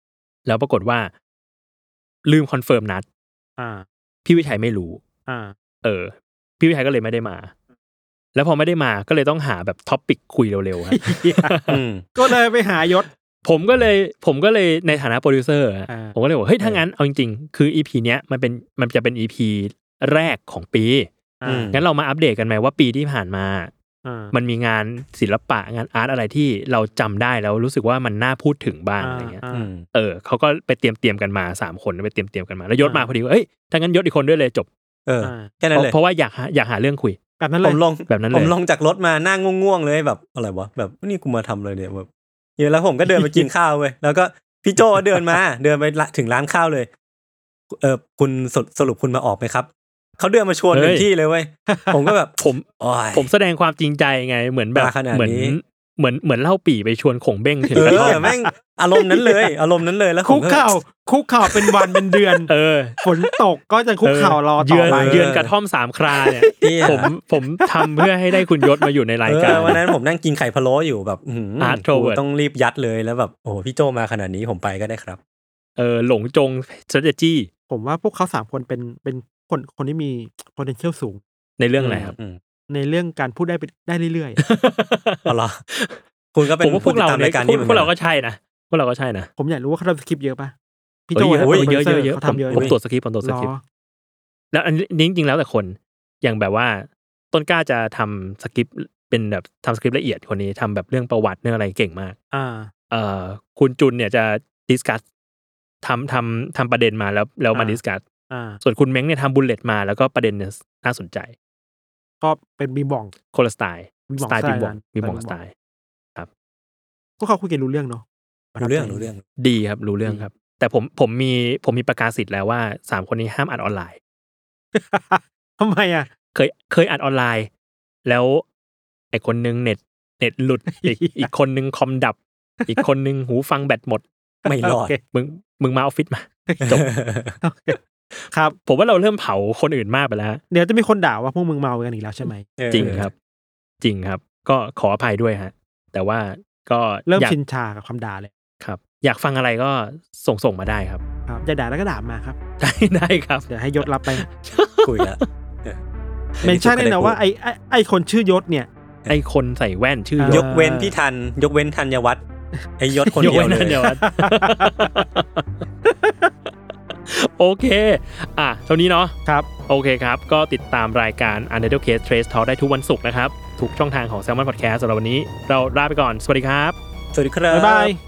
แล้วปรากฏว่าลืมคอนเฟิร์มนัดพี่วิชัยไม่รู้พี่วิชัยก็เลยไม่ได้มาแล้วพอไม่ได้มาก็เลยต้องหาแบบท็อปปิกคุยเร็วๆครับก็เลยไปหายศผมก็เลยในฐานะโปรดิวเซอร์ผมก็เลยบอกเฮ้ยถ้างั้นเอาจริงๆคือ EP เนี้ยมันจะเป็น EP แรกของปีงั้นเรามาอัปเดตกันไหมว่าปีที่ผ่านมามันมีงานศิลปะงานอาร์ตอะไรที่เราจำได้แล้วรู้สึกว่ามันน่าพูดถึงบ้างอะไรเงี้ยเขาก็ไปเตรียมกันมา3คนไปเตรียมกันมาแล้วยศมาพอดีเอ้ยถ้างั้นยศอีกคนด้วยเลยจบแค่นั้นเลยเพราะว่าอยากหาเรื่องคุยแบบนั้นเลยผมลงจากรถมาหน้าง่วงๆเลยแบบอะไรวะแบบนี่กูมาทำเลยเนี่ยแบบแล้วผมก็เดินไปกินข้าวเว้ยแล้วก็พี่โจเดินไปถึงร้านข้าวเลยคุณสรุปคุณมาออกไหมครับเขาเดินมาชวนถึงที่เลยเว้ยผมก็แบบผมแสดงความจริงใจไงเหมือนแบบเหมือนเล่าปี่ไปชวนขงเบ้งถึงแม่งอารมณ์นั้นเลยแล้วคุกเข่าเป็นวันเป็นเดือนฝนตกก็จะคุกเข่ารอต่อไปเยือนกระท่อม3คราเนี่ยผมทำเพื่อให้ได้คุณยศมาอยู่ในรายการวันนั้นผมนั่งกินไข่พะโล้อยู่แบบต้องรีบยัดเลยแล้วแบบโอ้พี่โจมาขนาดนี้ผมไปก็ได้ครับหลงจง strategy ผมว่าพวกเขา3คนเป็นคนที่มี potential สูงในเรื่องอะไรครับในเรื่องการพูดได้เรื่อยๆอ๋อเหรอคุณก็เป็นพวกเราในการนี้พวกเราก็ใช่นะผมอยากรู้ว่าเขาทำสคริปต์เยอะป่ะพี่โจเยอะผมตรวจสคริปต์แล้วอันนี้จริงๆแล้วแต่คนอย่างแบบว่าต้นกล้าจะทำสคริปต์เป็นแบบทำสคริปต์ละเอียดคนนี้ทำแบบเรื่องประวัติเรื่องอะไรเก่งมากคุณจุนเนี่ยจะดิสคัสทำประเด็นมาแล้วมาดิสคัสส่วนคุณเม้งเนี่ยทำบุลเลตมาแล้วก็ประเด็นเนี่ยน่าสนใจก็เป็นบีบองคนละสไตล์บีบองสไตล์ครับพวกเขาคุยกันรู้เรื่องเนาะรู้เรื่องดีครับรู้เรื่องครับแต่ผมมีประกาศสิทธิ์แล้วว่า3คนนี้ห้ามอัดออนไลน์ทำไมอ่ะเคยอัดออนไลน์แล้วไอ้คนนึงเน็ตหลุดอีกคนนึงคอมดับอีกคนนึงหูฟังแบตหมดไม่รอดมึงมาออฟฟิศมาจบครับผมว่าเราเริ่มเผาคนอื่นมากไปแล้วเดี๋ยวจะมีคนด่าว่าพวกมึงเมากันอีกแล้วใช่ไหมจริงครับก็ขออภัยด้วยฮะแต่ว่าก็เริ่มชินชากับคำด่าเลยครับอยากฟังอะไรก็ส่งมาได้ครับจะด่าแล้วก็ด่ามาครับได้ครับเดี๋ยวให้ยศรับไปคุยแล้วเมนชั่นเลยนะว่าไอคนชื่อยศเนี่ยไอคนใส่แว่นชื่อยศยกเว้นพี่ทันยกเว้นธัญวัฒน์ไอยศคนเดียวเลยโอเคเท่านี้เนาะครับโอเคครับก็ติดตามรายการ Untitled Case Trace Talk ได้ทุกวันศุกร์นะครับทุกช่องทางของ Salmon Podcast สำหรับวันนี้เราลาไปก่อนสวัสดีครับสวัสดีครับบ๊ายบาย